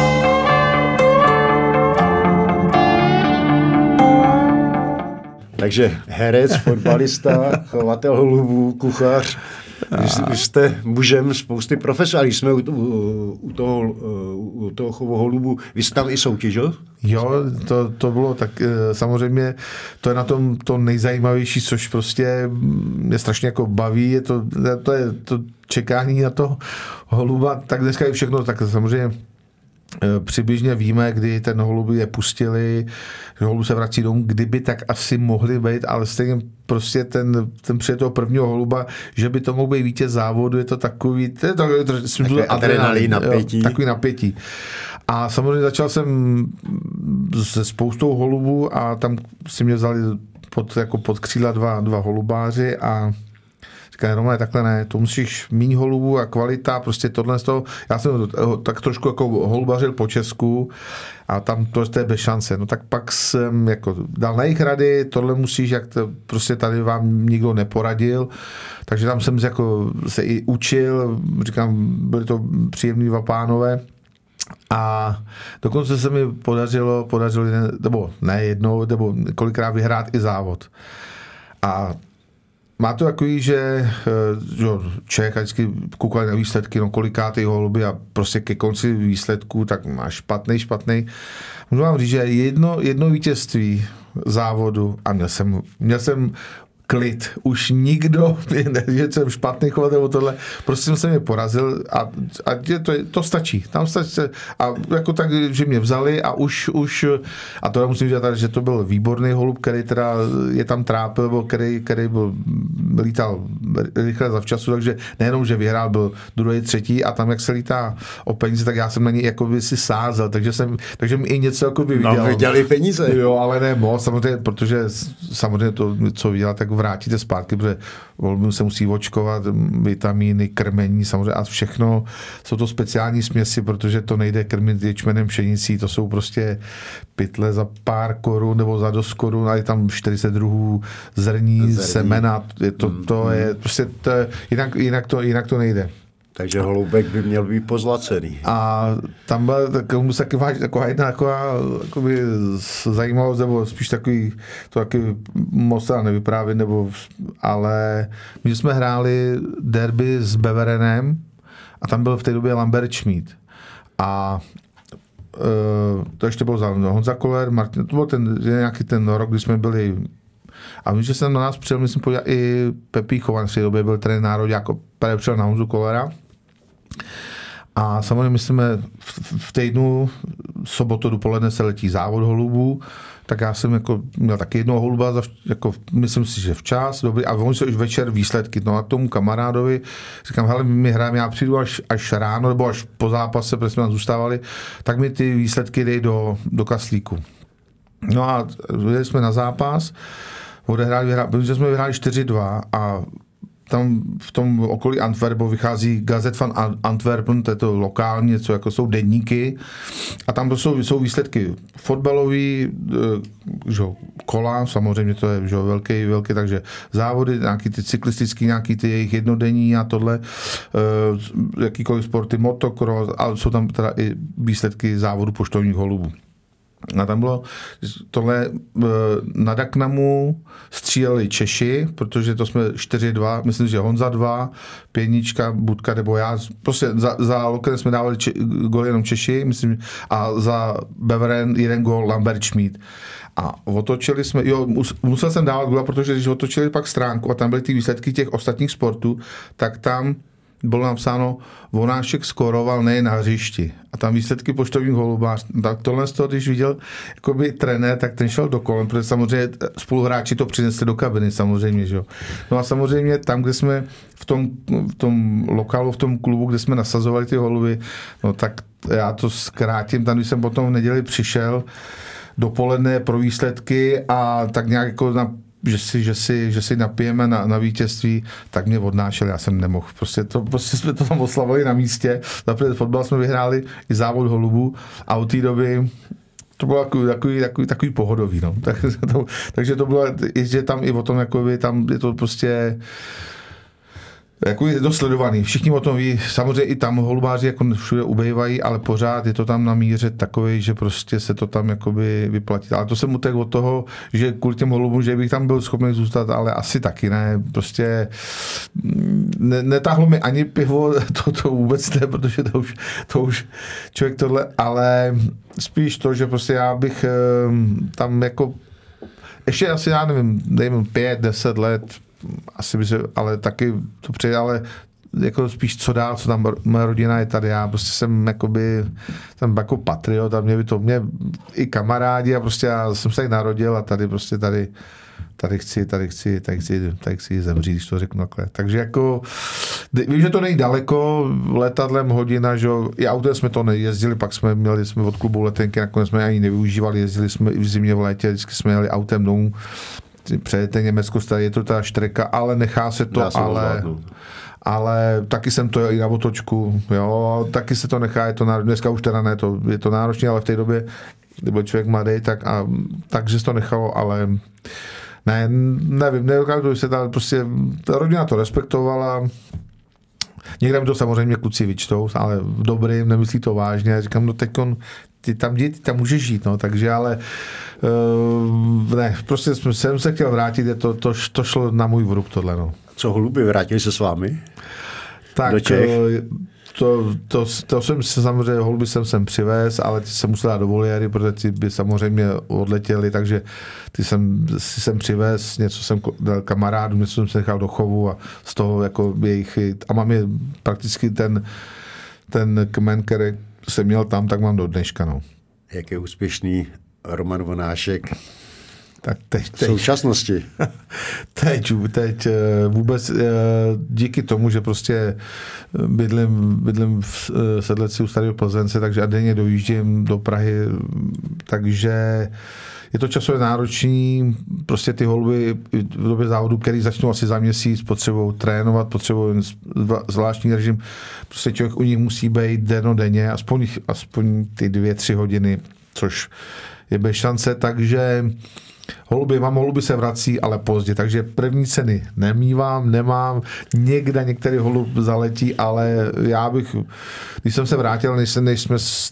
Takže herec, fotbalista, chovatel holubů, kuchař. Vy jste mužem spousty profesí, ale jsme u toho chovu holubů. Vy jste tam i soutěžil? Jo, to bylo tak, samozřejmě, to je na tom to nejzajímavější, což prostě mě strašně jako baví, je to čekání na to holuba, tak dneska je všechno, tak samozřejmě přibližně víme, kdy ten holub je pustili, že holub se vrací domů, kdyby tak asi mohli být, ale stejně prostě ten přijde toho prvního holuba, že by to mohl být vítěz závodu, je to takový adrenalin, napětí. Takový napětí. A samozřejmě začal jsem se spoustou holubů a tam si mě vzali pod křídla dva holubáři a říkají, Romane, takhle ne, to musíš míň holubů a kvalita, prostě tohle z toho. Já jsem tak trošku jako holubařil po Česku a tam to je bez šance. No tak pak jsem jako dal na jejich rady, tohle musíš, jak to, prostě tady vám nikdo neporadil. Takže tam jsem jako se i učil, říkám, byli to příjemní dva pánové. A dokonce se mi podařilo nebo ne jednou, nebo kolikrát vyhrát i závod. A má to takový, že Čech vždycky koukali na výsledky, no kolikátej holuby a prostě ke konci výsledků, tak má špatný. Můžu vám říct, že jedno vítězství závodu a měl jsem klid. Už nikdo, že jsem špatný chovat nebo tohle, prostě jsem se mě porazil a to stačí. Tam stačí. A jako tak, že mě vzali a už a to musím říct, že to byl výborný holub, který teda je tam trápil, nebo který lítal rychle zavčasu, takže nejenom, že vyhrál, byl druhý, třetí a tam, jak se lítá o peníze, tak já jsem na něj jakoby si sázel, takže mi i něco jakoby viděl. No, vydělali peníze. Jo, ale ne moc, samozřejmě, protože samozřejmě to, co vydělal, tak vrátíte zpátky, protože volbům se musí očkovat, vitamíny, krmení, samozřejmě a všechno. Jsou to speciální směsi, protože to nejde krmit ječmenem, pšenicí, to jsou prostě pytle za pár korun nebo za dost korun, a je tam 40 druhů zrní, semena, to je prostě jinak to nejde. Takže holoubek by měl být pozlacený. A tam byla taková jedna zajímavost, nebo spíš takový moc nevyprávět, ale my jsme hráli derby s Beverenem a tam byl v té době Lambert Schmid. A to ještě bylo za Honza Koller, Martin, to byl nějaký ten rok, kdy jsme byli. A vím, že jsem na nás přijel, myslím, podívat i Pepí Chovan v té době, byl trenér národňáku, přijel na Honzu Kollera. A samozřejmě my jsme v týdnu sobotu dopoledne se letí závod holubů, tak já jsem jako měl taky jednoho holuba, jako myslím si, že včas, dobrý, a oni jsou už večer výsledky. No a tomu kamarádovi říkám, hele, my hrajeme, já přijdu až ráno, nebo až po zápase, protože jsme tam zůstávali, tak mi ty výsledky dej do kaslíku. No a jeli jsme na zápas, protože jsme vyhráli 4-2 a tam v tom okolí Antwerpu vychází Gazet van Antwerpen, to je to lokální, něco jako jsou deníky a tam jsou výsledky fotbalový, kola, samozřejmě to je velký, takže závody, nějaký ty cyklistický, nějaký ty jejich jednodenní a tohle, jakýkoliv sporty, motocross, ale jsou tam teda i výsledky závodu poštovních holubů. A tam bylo tohle na Daknamu stříleli Češi, protože to jsme 4-2, myslím, že Honza 2, Pěnička, Budka nebo já. Prostě za Lokeren jsme dávali gól jenom Češi, myslím, a za Beveren 1 gól Lambert Schmid. A otočili jsme, musel jsem dávat góla, protože když otočili pak stránku a tam byly ty výsledky těch ostatních sportů, tak tam bylo napsáno, Vonášek skoroval nejen na hřišti. A tam výsledky poštovních holubář. Tak tohle z toho, když viděl jakoby trenér, tak ten šel do kolem, protože samozřejmě spoluhráči to přinesli do kabiny, samozřejmě. Že? No a samozřejmě tam, kde jsme v tom lokálu, v tom klubu, kde jsme nasazovali ty holuby, no tak já to zkrátím, tam, když jsem potom v neděli přišel dopoledne pro výsledky a tak nějak jako že si napijeme na vítězství, tak mě odnášel, já jsem nemohl. Prostě jsme to tam oslavili na místě. Zaprvé fotbal jsme vyhráli i závod holubů a od té doby to bylo takový pohodový. No. Takže to bylo, že tam i o tom, jakoby, tam je to prostě jako je dost sledovaný. Všichni o tom ví, samozřejmě i tam holubáři jako všude ubejvají, ale pořád je to tam na míře takový, že prostě se to tam jakoby vyplatí. Ale to jsem utek od toho, že kvůli těm holubům, že bych tam byl schopný zůstat, ale asi taky ne. Prostě netáhlo mi ani pivo, to vůbec ne, protože to už člověk tohle, ale spíš to, že prostě já bych tam jako ještě asi, já nevím, dejme 5-10 let, asi by se, ale taky to přejde, ale jako spíš co dál, co tam moje rodina je tady, já prostě jsem jako patriot a mě i kamarádi a prostě já jsem se tak narodil a tady prostě tady chci zemřít, když to řeknu takhle. Takže jako, vím, že to není daleko, letadlem hodina, že i autem jsme to nejezdili, pak jsme od klubu letenky, nakonec jsme ani nevyužívali, jezdili jsme i v zimě v létě, vždycky jsme jeli autem domů, přejete Německo, je to ta štreka, ale nechá se to, ale taky jsem to jel i na otočku, jo, taky se to nechá, je to náročné, dneska už teda ne, je to náročné, ale v té době, kdy byl člověk mladý, takže se to nechalo, ale nevím, nedokážu se tam, prostě rodina to respektovala, někde mi to samozřejmě kluci vyčtou, ale v dobrým, nemyslí to vážně, já říkám, no teďkon, ty tam můžeš žít, no, takže ale ne, prostě jsem se chtěl vrátit, to šlo na můj vrub tohle, no. Co holuby, vrátili se s vámi? Tak, do Čech? To jsem samozřejmě, holuby jsem sem přivez, ale ty jsem musel dát do voliéry, protože ty by samozřejmě odletěli, takže ty jsem si sem přivez, něco jsem dal kamarádům, něco jsem se nechal do chovu a z toho jako jejich, a mám je prakticky ten kmen, který jsem měl tam, tak mám do dneška, no. Jak je úspěšný Roman Vonášek tak teď v současnosti? Teď vůbec díky tomu, že prostě bydlím v Sedleci u Starého Plzence, takže a denně dojíždím do Prahy, takže je to časově náročný, prostě ty holuby v době závodu, který začnou asi za měsíc, potřebují trénovat, potřebují zvláštní režim, prostě člověk u nich musí být dennodenně, aspoň ty 2-3 hodiny, což je bez šance, takže holuby se vrací, ale pozdě, takže první ceny nemám, některý holub zaletí, ale já bych, když jsem se vrátil, než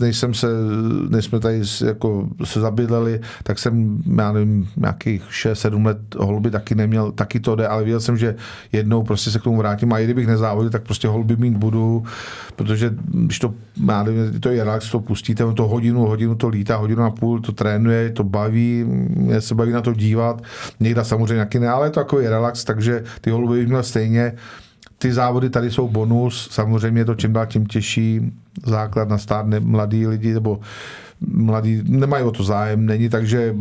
jsme tady jako se zabydleli, tak jsem, já nevím, nějakých 6-7 let holuby taky neměl, taky to jde, ale viděl jsem, že jednou prostě se k tomu vrátím a i kdybych nezávodil, tak prostě holuby mít budu, protože když to, já nevím, to je relax, to pustíte, to hodinu to lítá, 1,5 hodiny to trénuje, to baví, mě se baví na to dívat, někde samozřejmě nějaký ne, ale je to takový relax, takže ty holuby bych měl stejně. Ty závody tady jsou bonus, samozřejmě je to čím dál tím těžší, základ na stárne mladí lidi, nebo mladí nemají o to zájem, není, takže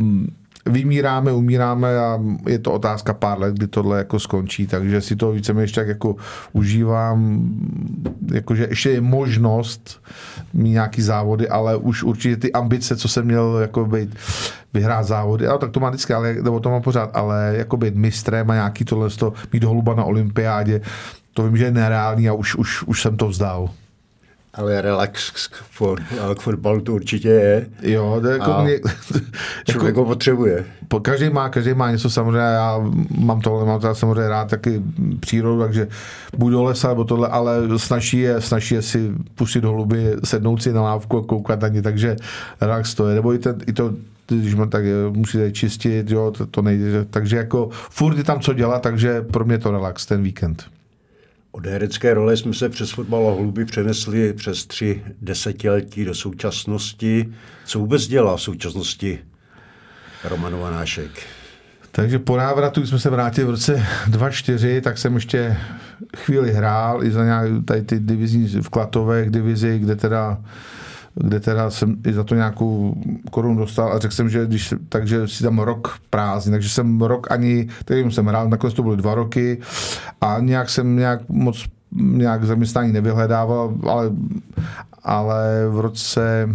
umíráme a je to otázka pár let, kdy tohle jako skončí, takže si to víceméně ještě tak jako užívám, jakože ještě je možnost mít nějaký závody, ale už určitě ty ambice, co jsem měl jako být, vyhrát závody, ale tak to má vždycky, nebo to mám pořád, ale jako být mistrem a nějaký tohle, mít holuba na olympiádě, to vím, že je nereálný a už jsem to vzdal. Ale relax k fotbalu to určitě je. Jo, to jako člověk ho potřebuje. Každý má něco samozřejmě, já mám to samozřejmě rád taky přírodu, takže buď do lesa nebo tohle, ale snaží je si pustit do hluby, sednout si na lávku a koukat na ně, takže relax to je. Nebo i to když man tak musíte čistit, jo, to nejde. Takže jako furt je tam co dělat, takže pro mě to relax ten víkend. Od herecké role jsme se přes fotbal a holuby přenesli přes 3 desetiletí do současnosti. Co vůbec dělá v současnosti Roman Vanášek? Takže po návratu, když jsme se vrátili v roce 2004, tak jsem ještě chvíli hrál i za tady ty divizní v Klatovech divizi, kde teda jsem i za to nějakou korunu dostal a řekl jsem, že takže si dám rok prázdný, takže jsem rok kterým jsem hrál, nakonec to byly 2 roky a jsem moc zaměstnání nevyhledával, ale v roce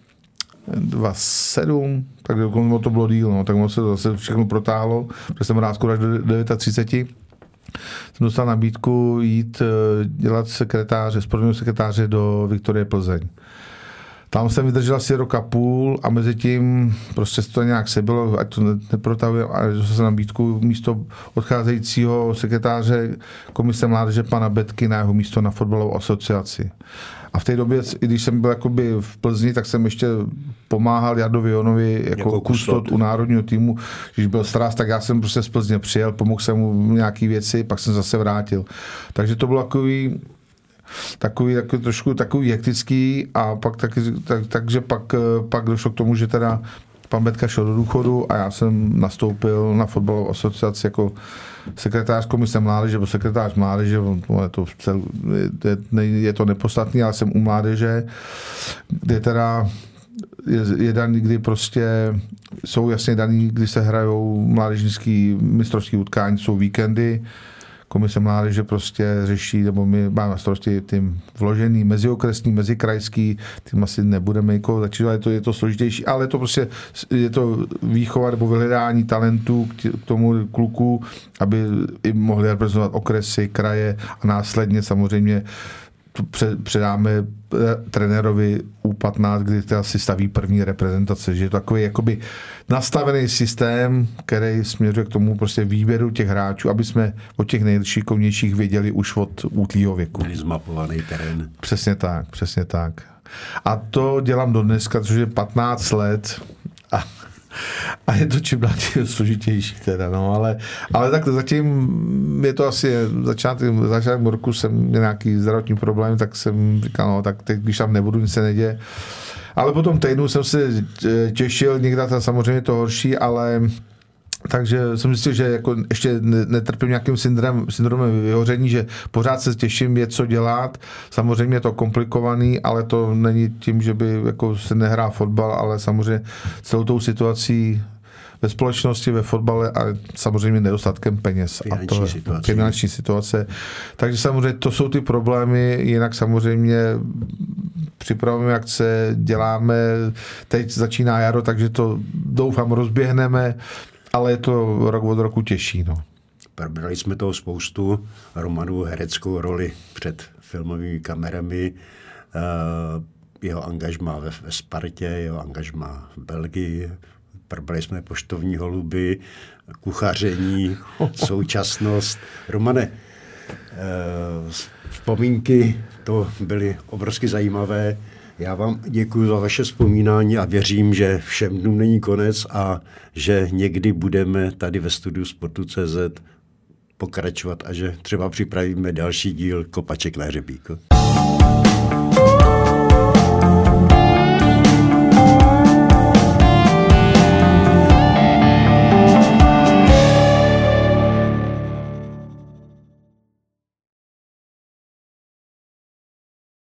2007, tak to bylo díl, no, tak se zase všechno protáhlo, protože jsem hrál skoro až do 39. Jsem dostal nabídku jít dělat sportovního sekretáře do Viktorie Plzeň. Tam jsem vydržel asi 1,5 roku a mezi tím prostě to nějak se bylo, ať to neprotahuje, a dostal jsem nabídku místo odcházejícího sekretáře komise mládeže pana Betky na jeho místo na fotbalovou asociaci. A v té době, i když jsem byl jakoby v Plzni, tak jsem ještě pomáhal Jardovi Jonovi jako kustot u národního týmu. Když byl Stras, tak já jsem prostě z Plzně přijel, pomohl jsem mu nějaký věci, pak jsem zase vrátil. Takže to bylo trošku hektický a takže pak došlo k tomu, že teda pan Betka šel do důchodu a já jsem nastoupil na fotbalovou asociaci jako sekretář komise mládeže, nebo sekretář mládeže, je to nepodstatný, ale jsem u mládeže, kde teda je daný, kdy prostě jsou jasně daný, kdy se hrajou mládežnický mistrovský utkání, jsou víkendy. Komise mládeže prostě řeší, nebo my máme na starosti tím vložený, meziokresní, mezikrajský, tím asi nebudeme jako začít, je to složitější, ale je to výchova nebo vyhledání talentů k tomu kluku, aby i mohli reprezentovat okresy, kraje a následně samozřejmě předáme trenérovi U15, kdy teda si staví první reprezentace, že je to takový jakoby nastavený systém, který směřuje k tomu prostě výběru těch hráčů, aby jsme od těch nejšikovnějších věděli už od útlýho věku. Měli zmapovaný terén. Přesně tak. A to dělám do dneska, což je 15 let a je to čím dál tím složitější teda, no, ale tak zatím je to asi začátek roku jsem měl nějaký zdravotní problém, tak jsem říkal, no, tak teď, když tam nebudu, nic se neděje. Ale po tom týdnu jsem se těšil, někdy samozřejmě to horší, ale takže jsem zjistil, že jako ještě netrpím nějakým syndromem vyhoření, že pořád se těším, je co dělat. Samozřejmě je to komplikovaný, ale to není tím, že by jako se nehrál fotbal, ale samozřejmě celou tou situací ve společnosti, ve fotbale a samozřejmě nedostatkem peněz. Finanční situace. Takže samozřejmě to jsou ty problémy, jinak samozřejmě připravujeme akce, děláme, teď začíná jaro, takže to doufám rozběhneme, ale je to rok od roku těžší. No. Probrali jsme toho spoustu, Romanovu hereckou roli před filmovými kamerami, jeho angažmá ve Spartě, jeho angažmá v Belgii, probrali jsme poštovní holuby, kuchaření, současnost. Romane, vzpomínky, to byly obrovsky zajímavé. Já vám děkuji za vaše vzpomínání a věřím, že všem dnům není konec a že někdy budeme tady ve studiu Sportu.cz pokračovat a že třeba připravíme další díl Kopaček na hřebíku.